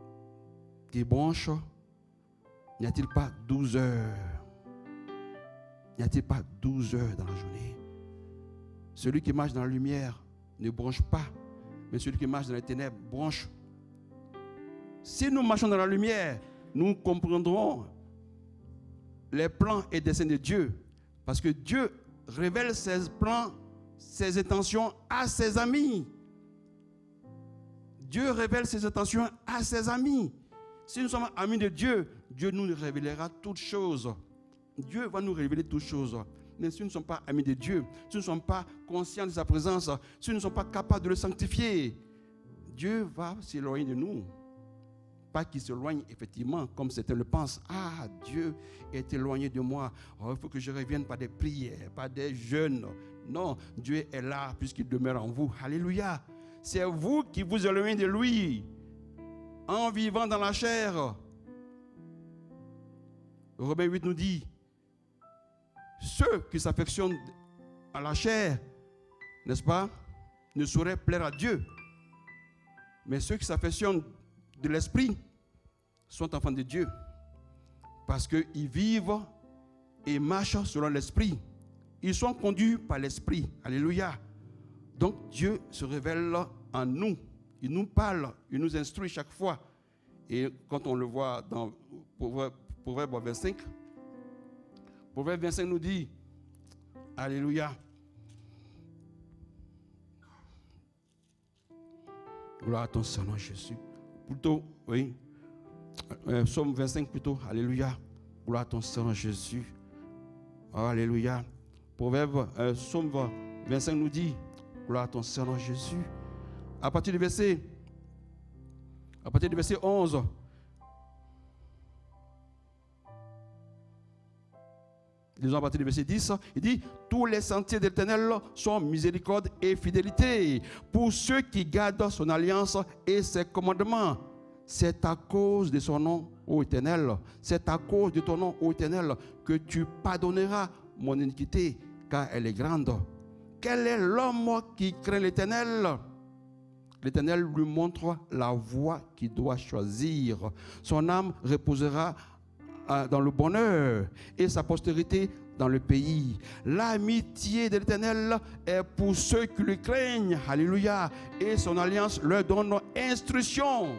qui bronche, n'y a-t-il pas 12 heures? N'y a-t-il pas 12 heures dans la journée? Celui qui marche dans la lumière ne bronche pas, mais celui qui marche dans les ténèbres bronche. Si nous marchons dans la lumière, nous comprendrons les plans et desseins de Dieu. Parce que Dieu révèle ses plans, ses intentions à ses amis. Dieu révèle ses intentions à ses amis. Si nous sommes amis de Dieu, Dieu nous révélera toutes choses. Dieu va nous révéler toutes choses. Mais si nous ne sommes pas amis de Dieu, si nous ne sommes pas conscients de sa présence, si nous ne sommes pas capables de le sanctifier, Dieu va s'éloigner de nous. Pas qu'il s'éloigne effectivement, comme certains le pensent. Ah, Dieu est éloigné de moi. Oh, il faut que je revienne par des prières, par des jeûnes. Non, Dieu est là puisqu'il demeure en vous. Alléluia. C'est vous qui vous éloignez de lui en vivant dans la chair. Romains 8 nous dit, ceux qui s'affectionnent à la chair, n'est-ce pas, ne sauraient plaire à Dieu. Mais ceux qui s'affectionnent de l'esprit sont enfants de Dieu. Parce qu'ils vivent et marchent selon l'esprit. Ils sont conduits par l'esprit. Alléluia. Donc Dieu se révèle en nous. Il nous parle, il nous instruit chaque fois. Et quand on le voit dans Proverbe 25, Proverbe 25 nous dit, alléluia. Gloire à ton Seigneur Jésus. Plutôt, oui. Psaume 25 plutôt, alléluia. Gloire à ton Seigneur Jésus. Alléluia. Proverbe, Psaume 25 nous dit, gloire à ton Seigneur Jésus. À partir du verset 11. Disons à partir du verset 10, il dit, tous les sentiers de l'Éternel sont miséricorde et fidélité pour ceux qui gardent son alliance et ses commandements. C'est à cause de son nom, ô Éternel, c'est à cause de ton nom, ô Éternel, que tu pardonneras mon iniquité, car elle est grande. Quel est l'homme qui craint l'Éternel? L'Éternel lui montre la voie qu'il doit choisir. Son âme reposera dans le bonheur et sa postérité dans le pays. L'amitié de l'Éternel est pour ceux qui le craignent. Alléluia. Et son alliance leur donne instruction.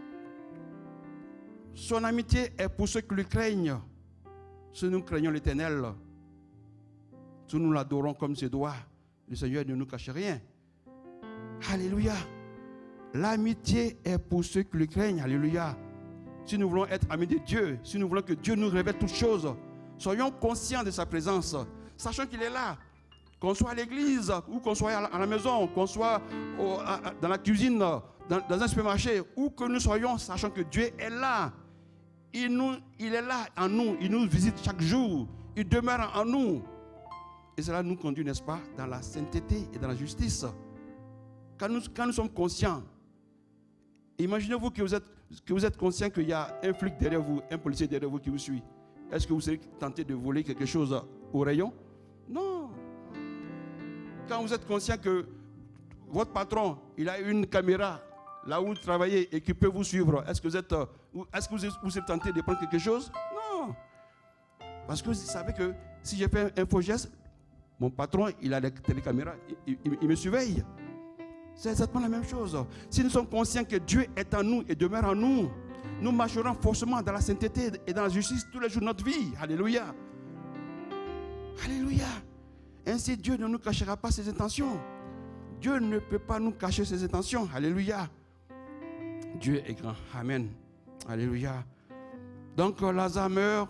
Son amitié est pour ceux qui le craignent. Si nous craignons l'Éternel, si nous l'adorons comme se doit, le Seigneur ne nous cache rien. Alléluia. L'amitié est pour ceux qui le craignent. Alléluia. Si nous voulons être amis de Dieu, si nous voulons que Dieu nous révèle toutes choses, soyons conscients de sa présence, sachant qu'il est là. Qu'on soit à l'église, ou qu'on soit à la maison, qu'on soit dans la cuisine, dans un supermarché, où que nous soyons, sachant que Dieu est là. Il est là en nous, il nous visite chaque jour, il demeure en nous. Et cela nous conduit, n'est-ce pas, dans la sainteté et dans la justice. Quand nous sommes conscients, imaginez-vous que vous êtes conscient qu'il y a un flic derrière vous, un policier derrière vous qui vous suit. Est-ce que vous serez tenté de voler quelque chose au rayon? Non. Quand vous êtes conscient que votre patron, il a une caméra là où vous travaillez et qui peut vous suivre, est-ce que vous serez tenté de prendre quelque chose? Non. Parce que vous savez que si j'ai fait un faux geste, mon patron, il a des télécaméras, il me surveille. C'est exactement la même chose. Si nous sommes conscients que Dieu est en nous et demeure en nous, nous marcherons forcément dans la sainteté et dans la justice tous les jours de notre vie. Alléluia. Alléluia. Ainsi, Dieu ne nous cachera pas ses intentions. Dieu ne peut pas nous cacher ses intentions. Alléluia. Dieu est grand. Amen. Alléluia. Donc, Lazare meurt.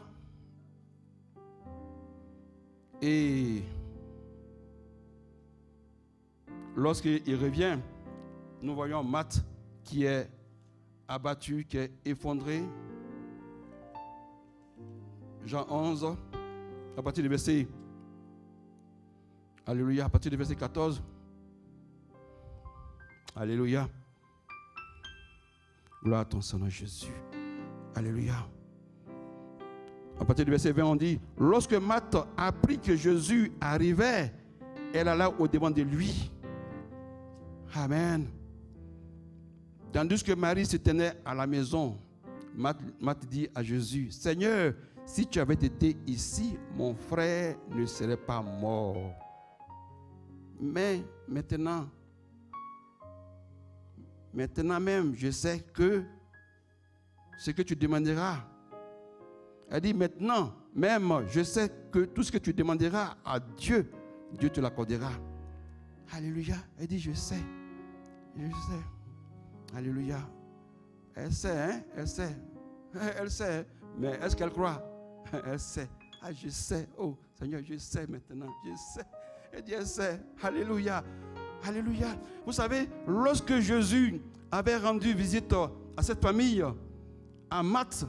Et lorsqu'il revient, nous voyons Marthe qui est abattu, qui est effondré. Jean 11, à partir du verset, alléluia, à partir du verset 14. Alléluia. Gloire à ton Seigneur Jésus. Alléluia. À partir du verset 20, on dit, lorsque Marthe apprit que Jésus arrivait, elle alla au-devant de lui. Amen. Tandis que Marie se tenait à la maison, Marthe dit à Jésus, Seigneur, si tu avais été ici, mon frère ne serait pas mort. Mais maintenant même, je sais que ce que tu demanderas. Elle dit, maintenant même, je sais que tout ce que tu demanderas à Dieu, Dieu te l'accordera. Alléluia. Elle dit, je sais. Alléluia. Elle sait, hein? Elle sait. Mais est-ce qu'elle croit? Elle sait. Ah, je sais. Oh, Seigneur, je sais maintenant. Je sais. Elle dit, elle sait. Alléluia. Alléluia. Vous savez, lorsque Jésus avait rendu visite à cette famille, à Marthe,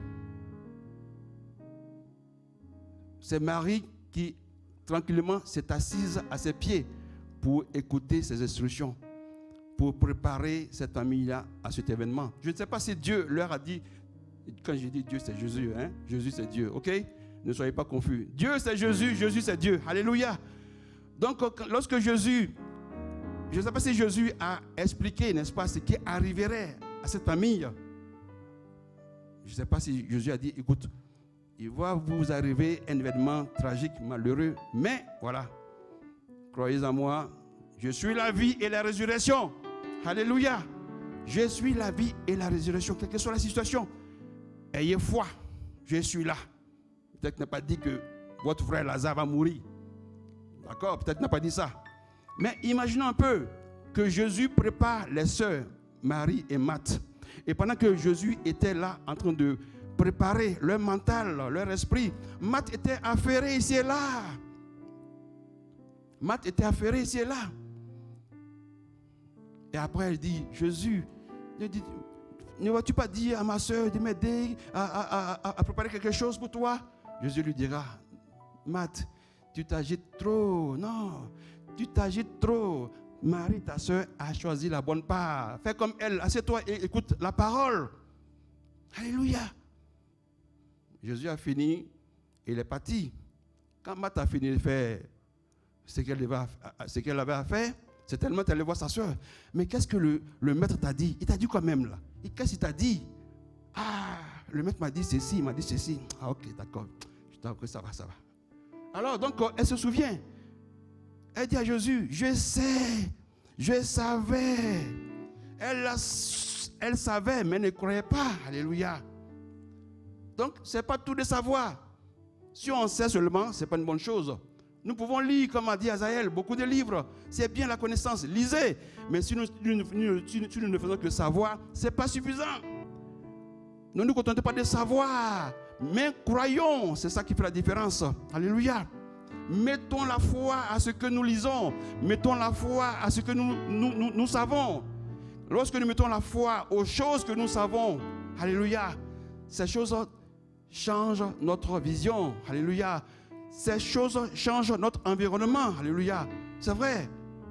c'est Marie qui, tranquillement, s'est assise à ses pieds pour écouter ses instructions, pour préparer cette famille-là à cet événement. Je ne sais pas si Dieu leur a dit, quand je dis Dieu, c'est Jésus, hein? Jésus, c'est Dieu, ok? Ne soyez pas confus. Dieu, c'est Jésus, Jésus, c'est Dieu. Alléluia. Donc, lorsque Jésus, je ne sais pas si Jésus a expliqué, n'est-ce pas, ce qui arriverait à cette famille. Je ne sais pas si Jésus a dit, écoute, il va vous arriver un événement tragique, malheureux, mais voilà, croyez en moi, je suis la vie et la résurrection. Alléluia. Je suis la vie et la résurrection, quelle que soit la situation. Ayez foi, je suis là. Peut-être qu'il n'a pas dit que votre frère Lazare va mourir. D'accord, peut-être qu'il n'a pas dit ça. Mais imaginons un peu que Jésus prépare les sœurs, Marie et Marthe. Et pendant que Jésus était là en train de préparer leur mental, leur esprit, Marthe était affairée ici et là. Marthe était affairée ici et là. Et après elle dit, Jésus, ne vas-tu pas dire à ma soeur de m'aider à préparer quelque chose pour toi? Jésus lui dira, Marthe, tu t'agites trop. Non, tu t'agites trop. Marie, ta soeur, a choisi la bonne part. Fais comme elle, assieds-toi et écoute la parole. Alléluia. Jésus a fini et il est parti. Quand Marthe a fini de faire ce qu'elle avait à faire, c'est tellement d'aller voir sa soeur. Mais qu'est-ce que le maître t'a dit? Il t'a dit quoi même là? Et qu'est-ce qu'il t'a dit? Ah, le maître m'a dit ceci, il m'a dit ceci. Ah ok, d'accord. Je t'en prie, ça va. Alors donc, elle se souvient. Elle dit à Jésus, je sais, je savais. Elle savait, mais elle ne croyait pas. Alléluia. Donc, ce n'est pas tout de savoir. Si on sait seulement, ce n'est pas une bonne chose. Nous pouvons lire, comme a dit Azaël, beaucoup de livres. C'est bien la connaissance, lisez. Mais si nous ne faisons que savoir, ce n'est pas suffisant. Ne nous contentons pas de savoir, mais croyons. C'est ça qui fait la différence. Alléluia. Mettons la foi à ce que nous lisons. Mettons la foi à ce que nous savons. Lorsque nous mettons la foi aux choses que nous savons, alléluia, ces choses changent notre vision. Alléluia. Ces choses changent notre environnement. Alléluia. C'est vrai.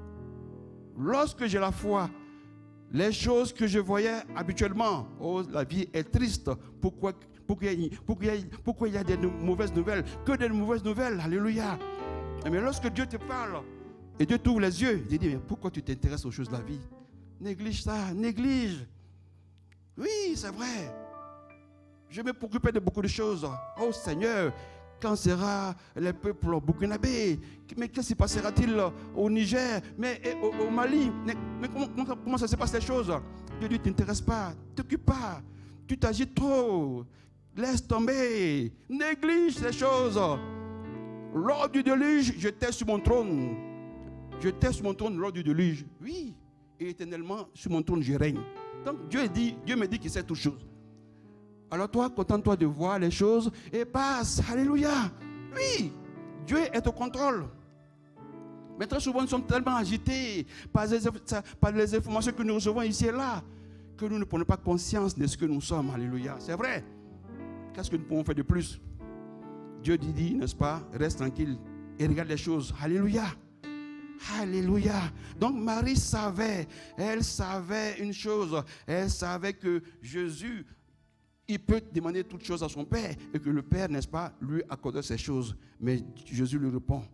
Lorsque j'ai la foi, les choses que je voyais habituellement, oh, la vie est triste. Pourquoi il y a des mauvaises nouvelles? Que des mauvaises nouvelles. Alléluia. Mais lorsque Dieu te parle et Dieu t'ouvre les yeux, il dit, mais pourquoi tu t'intéresses aux choses de la vie? Néglige ça, néglige. Oui, c'est vrai. Je me préoccupais de beaucoup de choses. Oh Seigneur, quand sera le peuple burkinabé? Mais qu'est-ce qui passera-t-il au Niger? Mais au Mali? Mais comment ça se passe les choses? Dieu dit, tu ne t'intéresses pas, ne t'occupe pas. Tu t'agites trop. Laisse tomber. Néglige ces choses. Lors du déluge, j'étais sur mon trône. J'étais sur mon trône lors du déluge. Oui. Et éternellement, sur mon trône, je règne. Donc Dieu me dit qu'il sait toutes choses. Alors toi, contente-toi de voir les choses et passe. Alléluia. Oui. Dieu est au contrôle. Mais très souvent, nous sommes tellement agités par les informations que nous recevons ici et là que nous ne prenons pas conscience de ce que nous sommes. Alléluia. C'est vrai. Qu'est-ce que nous pouvons faire de plus? Dieu dit, n'est-ce pas, reste tranquille et regarde les choses. Alléluia. Alléluia. Donc Marie savait, elle savait une chose, elle savait que Jésus, il peut demander toutes choses à son Père et que le Père, n'est-ce pas, lui accorde ces choses. Mais Jésus lui répond.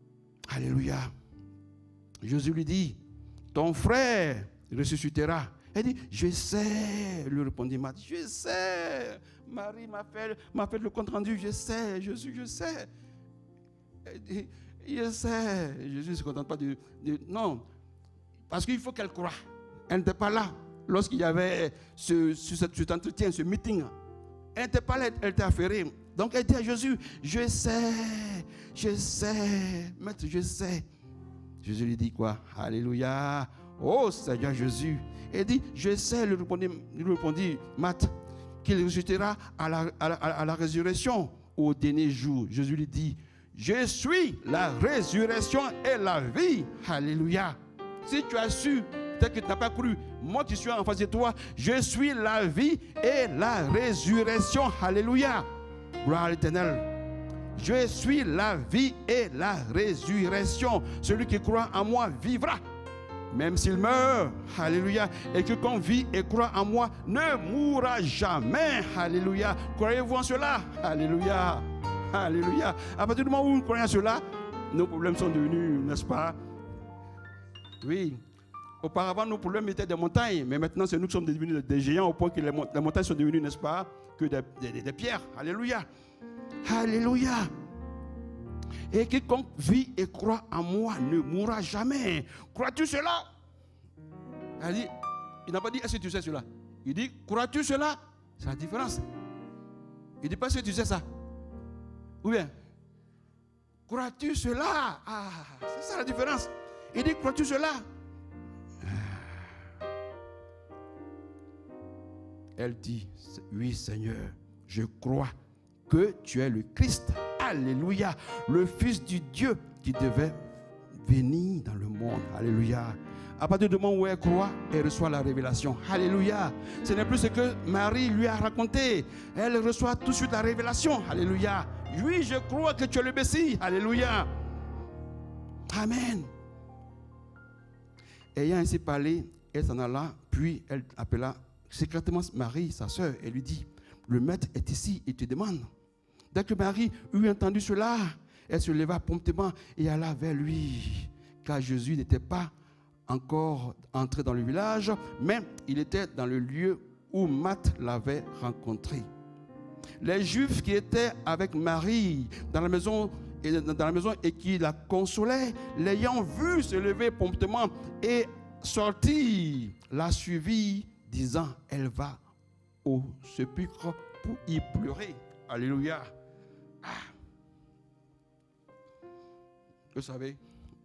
Alléluia. Jésus lui dit, ton frère ressuscitera. Elle dit, je sais, lui répondit Marthe, je sais. Marie m'a fait le compte rendu, je sais, Jésus, je sais. Elle dit, je sais. Jésus ne se contente pas de non, parce qu'il faut qu'elle croie. Elle n'était pas là lorsqu'il y avait cet entretien, ce meeting. Elle n'était pas là, elle était affairée. Donc elle dit à Jésus, je sais, maître, je sais. Jésus lui dit quoi? Alléluia. Oh Seigneur Jésus. Elle dit, je sais, lui répondit Marthe, qu'il ressuscitera à la résurrection au dernier jour. Jésus lui dit, je suis la résurrection et la vie. Alléluia. Si tu as su, peut-être que tu n'as pas cru, moi qui suis en face de toi, je suis la vie et la résurrection. Alléluia. Gloire à l'Éternel. Je suis la vie et la résurrection. Celui qui croit en moi vivra, même s'il meurt. Alléluia. Et quiconque vit et croit en moi ne mourra jamais. Alléluia. Croyez-vous en cela? Alléluia. Alléluia. À partir du moment où nous croyons en cela, nos problèmes sont devenus, n'est-ce pas? Oui. Auparavant, nos problèmes étaient des montagnes, mais maintenant, c'est nous qui sommes devenus des géants au point que les montagnes sont devenues, n'est-ce pas, que des pierres. Alléluia. Alléluia. Et quiconque vit et croit en moi ne mourra jamais. Crois-tu cela? Elle dit, il n'a pas dit, est-ce que tu sais cela? Il dit, crois-tu cela? C'est la différence. Il ne dit pas, est-ce que tu sais ça? Ou bien, crois-tu cela? Ah, c'est ça la différence. Il dit, crois-tu cela? Elle dit, oui Seigneur, je crois que tu es le Christ. Alléluia. Le Fils du Dieu qui devait venir dans le monde. Alléluia. À partir du moment où elle croit, elle reçoit la révélation. Alléluia. Ce n'est plus ce que Marie lui a raconté. Elle reçoit tout de suite la révélation. Alléluia. Oui, je crois que tu es le Messie. Alléluia. Amen. Ayant ainsi parlé, elle s'en alla, puis elle appela secrètement Marie, sa sœur, et lui dit, le maître est ici, il te demande. Dès que Marie eut entendu cela, elle se leva promptement et alla vers lui, car Jésus n'était pas encore entré dans le village, mais il était dans le lieu où Marthe l'avait rencontré. Les Juifs qui étaient avec Marie dans la maison et qui la consolaient, l'ayant vue se lever promptement et sortir, la suivit, disant, elle va au sépulcre pour y pleurer. Alléluia. Ah. Vous savez,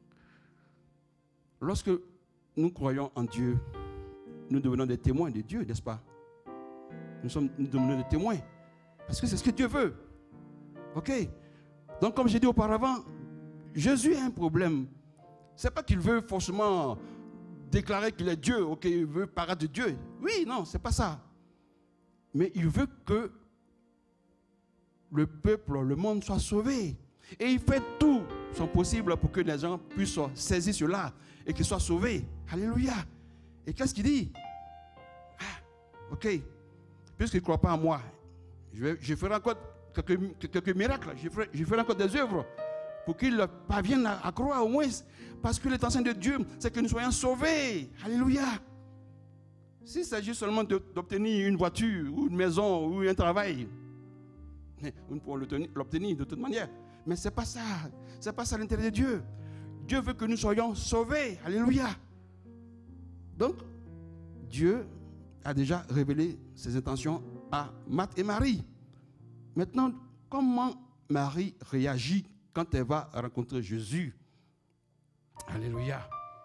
lorsque nous croyons en Dieu, nous devenons des témoins de Dieu, n'est-ce pas? Nous devenons des témoins. Parce que c'est ce que Dieu veut. Ok? Donc, comme j'ai dit auparavant, Jésus a un problème. Ce n'est pas qu'il veut forcément déclarer qu'il est Dieu, ok, il veut paraître de Dieu. Oui, non, ce n'est pas ça. Mais il veut que le peuple, le monde soit sauvé. Et il fait tout son possible pour que les gens puissent saisir cela et qu'ils soient sauvés. Alléluia. Et qu'est-ce qu'il dit? Ah, ok, puisqu'il ne croit pas en moi, je ferai encore quelques miracles, je ferai encore des œuvres pour qu'ils parviennent à croire au moins. Parce que l'intention de Dieu, c'est que nous soyons sauvés. Alléluia. S'il s'agit seulement d'obtenir une voiture, ou une maison, ou un travail, nous pouvons l'obtenir de toute manière. Mais ce n'est pas ça. Ce n'est pas ça l'intérêt de Dieu. Dieu veut que nous soyons sauvés. Alléluia. Donc, Dieu a déjà révélé ses intentions à Marthe et Marie. Maintenant, comment Marie réagit quand elle va rencontrer Jésus? Alléluia.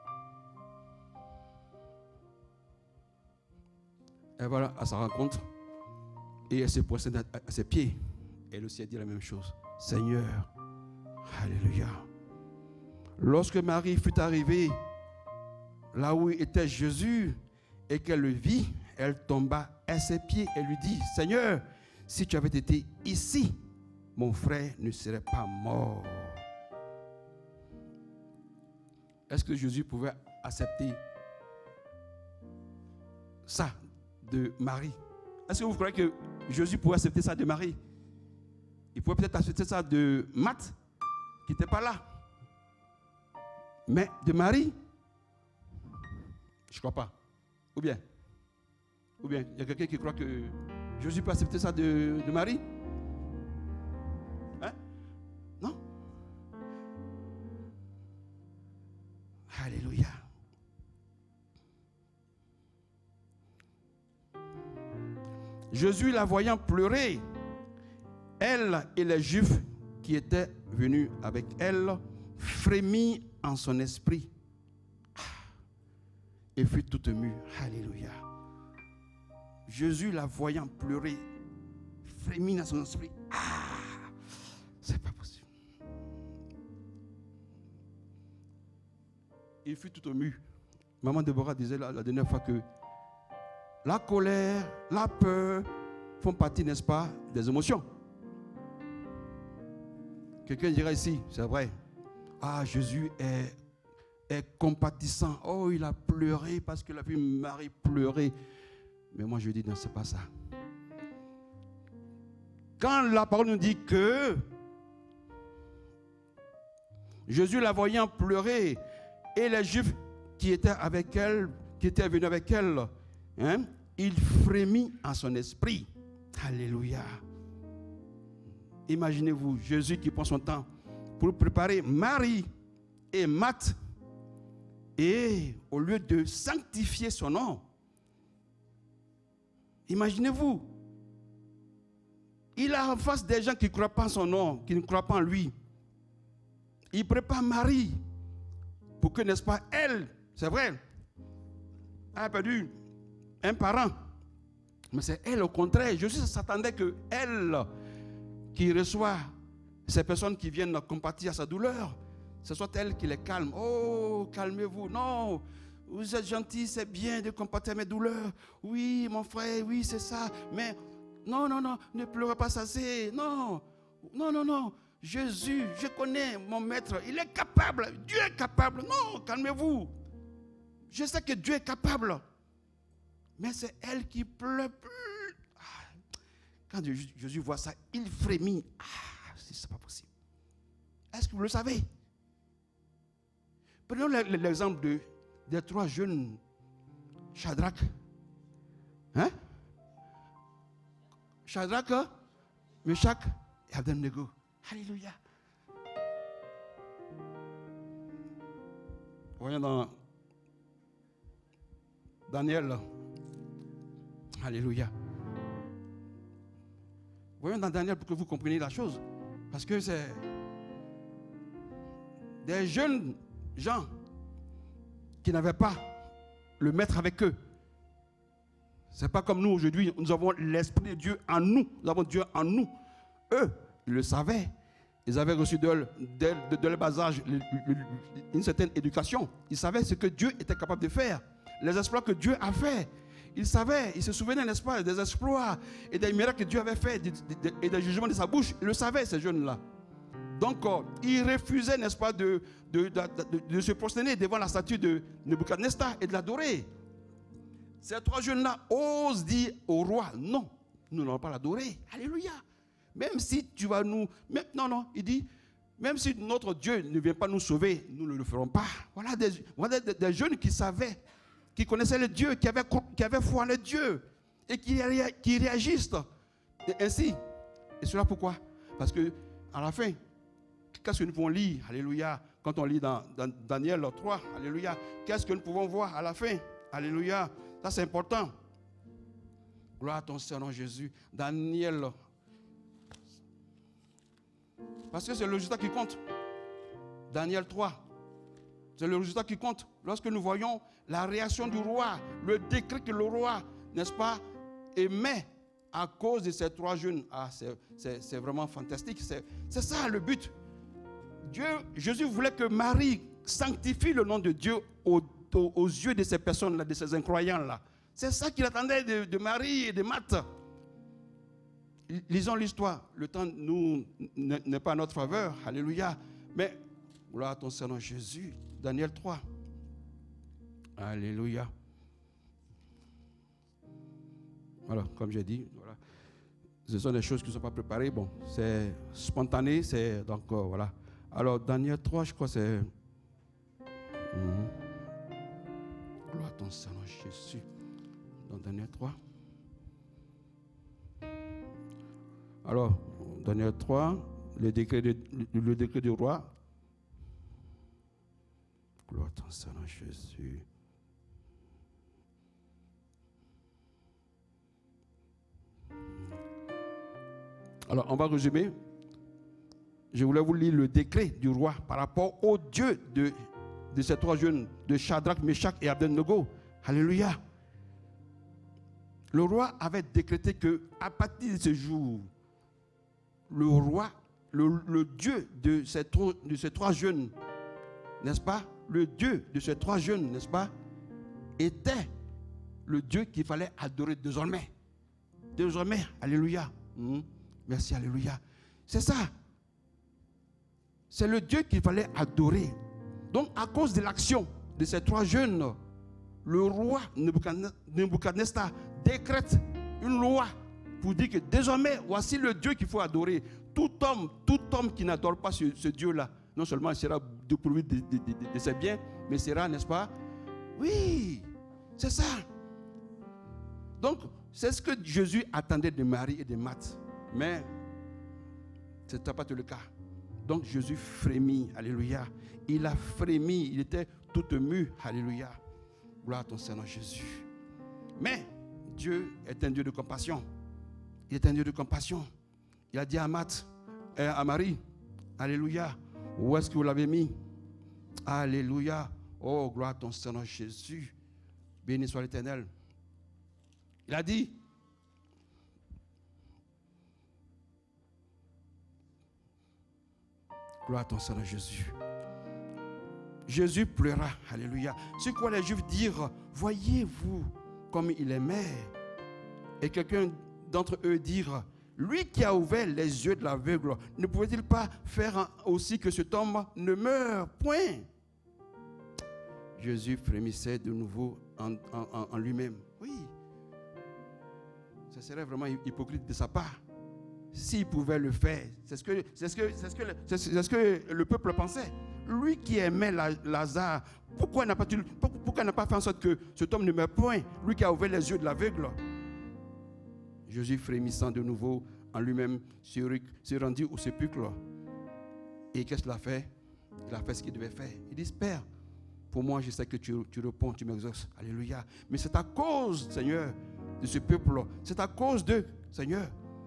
Elle va à sa rencontre et elle se procède à ses pieds. Elle aussi a dit la même chose. Seigneur, alléluia. Lorsque Marie fut arrivée là où était Jésus et qu'elle le vit, elle tomba à ses pieds et lui dit, Seigneur, si tu avais été ici, mon frère ne serait pas mort. Est-ce que Jésus pouvait accepter ça de Marie? Est-ce que vous croyez que Jésus pouvait accepter ça de Marie? Il pouvait peut-être accepter ça de Marthe, qui n'était pas là. Mais de Marie, je ne crois pas. Ou bien, Ou bien, il y a quelqu'un qui croit que Jésus peut accepter ça de Marie? Hein? Non? Alléluia. Jésus, la voyant pleurer, elle et les Juifs qui étaient venus avec elle, frémit en son esprit et fut tout ému. Alléluia. Jésus, la voyant pleurer, frémit dans son esprit. C'est pas possible. Il fut tout ému. Maman Déborah disait la dernière fois que la colère, la peur font partie, n'est-ce pas, des émotions. Quelqu'un dira ici, c'est vrai. Jésus est compatissant. Oh, il a pleuré parce qu'il a vu Marie pleurer. Mais moi, je dis, non, c'est pas ça. Quand la parole nous dit que Jésus la voyant pleurer et les Juifs qui étaient avec elle, qui étaient venus avec elle, il frémit en son esprit. Alléluia. Imaginez-vous, Jésus qui prend son temps pour préparer Marie et Marthe, et au lieu de sanctifier son nom, imaginez-vous, il a en face des gens qui ne croient pas en son nom, qui ne croient pas en lui. Il prépare Marie pour que, n'est-ce pas, elle, c'est vrai, elle a perdu un parent. Mais c'est elle, au contraire. Jésus s'attendait que elle, qui reçoit ces personnes qui viennent compatir à sa douleur, ce soit elle qui les calme. Oh, calmez-vous. Non, vous êtes gentil, c'est bien de compatir à mes douleurs. Oui, mon frère, oui, c'est ça. Mais non, ne pleurez pas, ça c'est... Non. Jésus, je connais mon maître, il est capable. Dieu est capable. Non, calmez-vous. Je sais que Dieu est capable. Mais c'est elle qui pleure. Quand Jésus voit ça, il frémit. C'est pas possible. Est-ce que vous le savez? Prenons l'exemple des trois jeunes Shadrach. Shadrach, Meshach et Abednego. Alléluia. Voyons dans Daniel. Alléluia. Voyons dans Daniel pour que vous compreniez la chose. Parce que c'est des jeunes gens qui n'avaient pas le maître avec eux. Ce n'est pas comme nous aujourd'hui. Nous avons l'Esprit de Dieu en nous. Nous avons Dieu en nous. Eux, ils le savaient. Ils avaient reçu de leur bas âge une certaine éducation. Ils savaient ce que Dieu était capable de faire. Les exploits que Dieu a fait. Ils savaient, ils se souvenaient, n'est-ce pas, des exploits et des miracles que Dieu avait fait et des jugements de sa bouche. Ils le savaient, ces jeunes-là. Donc, ils refusaient, n'est-ce pas, de se prosterner devant la statue de Nebuchadnezzar et de l'adorer. Ces trois jeunes-là osent dire au roi, non, nous n'allons pas l'adorer. Alléluia. Même si tu vas nous... Non, il dit, même si notre Dieu ne vient pas nous sauver, nous ne le ferons pas. Voilà des jeunes qui savaient, qui connaissaient le Dieu, qui avaient foi en le Dieu et qui réagissent ainsi. Et cela pourquoi? Parce que à la fin, qu'est-ce que nous pouvons lire? Alléluia. Quand on lit dans Daniel 3, alléluia. Qu'est-ce que nous pouvons voir à la fin? Alléluia. Ça c'est important. Gloire à ton Seigneur Jésus. Daniel. Parce que c'est le résultat qui compte. Daniel 3. C'est le résultat qui compte. Lorsque nous voyons la réaction du roi, le décret que le roi, n'est-ce pas, émet à cause de ces trois jeunes. C'est vraiment fantastique. C'est ça le but. Jésus voulait que Marie sanctifie le nom de Dieu aux yeux de ces personnes-là, de ces incroyants-là. C'est ça qu'il attendait de Marie et de Marthe. Lisons l'histoire. Le temps n'est pas à notre faveur. Alléluia. Mais, gloire à ton Seigneur Jésus. Daniel 3. Alléluia. Voilà, comme j'ai dit, voilà. Ce sont des choses qui ne sont pas préparées. Bon, c'est spontané, donc voilà. Alors, Daniel 3, je crois que c'est... Gloire à ton Seigneur Jésus. Dans Daniel 3. Alors, Daniel 3, le décret du roi. Gloire à ton Seigneur Jésus. Alors, on va résumer. Je voulais vous lire le décret du roi par rapport au Dieu de ces trois jeunes, de Shadrach, Meshach et Abednego. Alléluia. Le roi avait décrété qu'à partir de ce jour, le roi, le Dieu de ces trois jeunes, n'est-ce pas? Le Dieu de ces trois jeunes, n'est-ce pas? Était le Dieu qu'il fallait adorer désormais. Désormais, alléluia. Merci, alléluia. C'est ça. C'est le Dieu qu'il fallait adorer. Donc, à cause de l'action de ces trois jeunes, le roi Nebuchadnezzar décrète une loi pour dire que désormais, voici le Dieu qu'il faut adorer. Tout homme qui n'adore pas ce Dieu-là, non seulement il sera dépourvu de ses biens, mais sera, n'est-ce pas? Oui, c'est ça. Donc, c'est ce que Jésus attendait de Marie et de Marthe. Mais ce n'était pas tout le cas. Donc Jésus frémit, alléluia. Il a frémi, il était tout ému, alléluia. Gloire à ton Seigneur Jésus. Mais Dieu est un Dieu de compassion. Il est un Dieu de compassion. Il a dit à Marthe, à Marie, alléluia, où est-ce que vous l'avez mis? Alléluia. Oh, gloire à ton Seigneur Jésus. Béni soit l'Éternel. Il a dit, gloire à ton Seigneur Jésus. Jésus pleura, alléluia. C'est quoi les Juifs dirent, voyez-vous comme il aimait? Et quelqu'un d'entre eux dirent, lui qui a ouvert les yeux de l'aveugle, ne pouvait-il pas faire aussi que cet homme ne meure point? Jésus frémissait de nouveau en lui-même. Oui, ça serait vraiment hypocrite de sa part. S'il pouvait le faire, c'est ce que le peuple pensait. Lui qui aimait Lazare, pourquoi n'a pas fait en sorte que cet homme ne meure point? Lui qui a ouvert les yeux de l'aveugle. Jésus, frémissant de nouveau en lui-même, se rendit au sépulcre. Et qu'est-ce qu'il a fait? Il a fait ce qu'il devait faire. Il dit, Père, pour moi, je sais que tu réponds, tu m'exauces. Alléluia. Mais c'est à cause, Seigneur, de ce peuple. C'est à cause d'eux, Seigneur.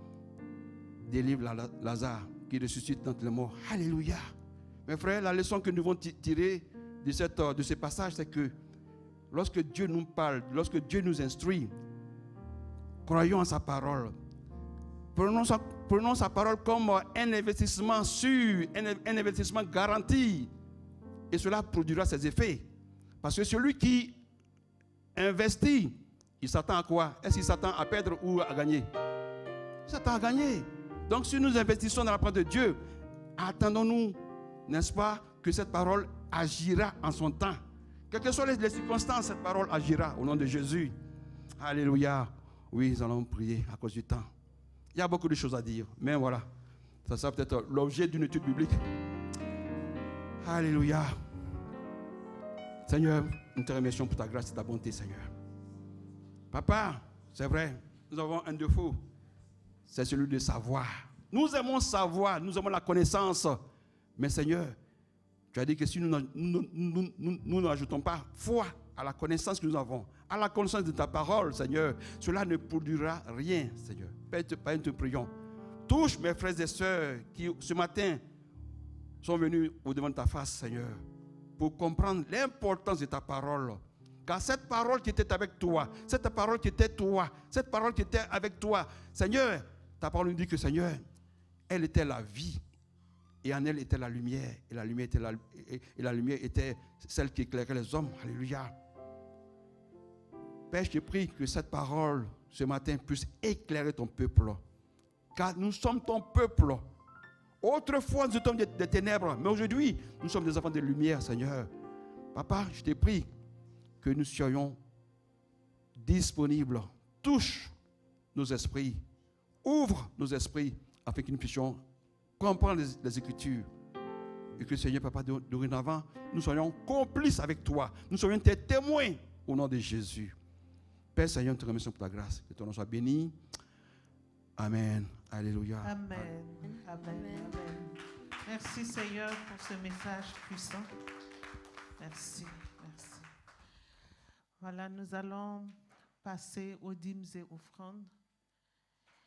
Délivre Lazare qui ressuscite d'entre les morts. Alléluia. Mes frères, la leçon que nous devons tirer de ce passage, c'est que lorsque Dieu nous parle, lorsque Dieu nous instruit, croyons en sa parole. Prenons sa parole comme un investissement sûr, un investissement garanti. Et cela produira ses effets. Parce que celui qui investit, il s'attend à quoi? Est-ce qu'il s'attend à perdre ou à gagner? Il s'attend à gagner. Donc si nous investissons dans la parole de Dieu, attendons-nous, n'est-ce pas, que cette parole agira en son temps. Quelles que soient les circonstances, cette parole agira au nom de Jésus. Alléluia. Oui, nous allons prier à cause du temps. Il y a beaucoup de choses à dire, mais voilà, ça sera peut-être l'objet d'une étude biblique. Alléluia. Seigneur, nous te remercions pour ta grâce et ta bonté, Seigneur. Papa, c'est vrai, nous avons un défaut. C'est celui de savoir. Nous aimons savoir, nous aimons la connaissance. Mais Seigneur, tu as dit que si nous n'ajoutons pas foi à la connaissance que nous avons, à la connaissance de ta parole, Seigneur, cela ne produira rien, Seigneur. Père, nous te prions. Touche mes frères et sœurs qui, ce matin, sont venus au-devant de ta face, Seigneur, pour comprendre l'importance de ta parole. Car cette parole qui était avec toi, cette parole qui était toi, cette parole qui était avec toi, Seigneur, ta parole nous dit que, Seigneur, elle était la vie. Et en elle était la lumière. Et la lumière était celle qui éclairait les hommes. Alléluia. Père, je te prie que cette parole, ce matin, puisse éclairer ton peuple. Car nous sommes ton peuple. Autrefois, nous étions des ténèbres. Mais aujourd'hui, nous sommes des enfants de lumière, Seigneur. Papa, je te prie que nous soyons disponibles. Touche nos esprits. Ouvre nos esprits afin que nous puissions comprendre les Écritures. Et que, Seigneur, Papa, dorénavant, nous soyons complices avec toi. Nous soyons tes témoins au nom de Jésus. Père, Seigneur, nous te remercions pour ta grâce. Que ton nom soit béni. Amen. Alléluia. Amen. Amen. Amen. Merci Seigneur pour ce message puissant. Merci. Merci. Voilà, nous allons passer aux dîmes et offrandes.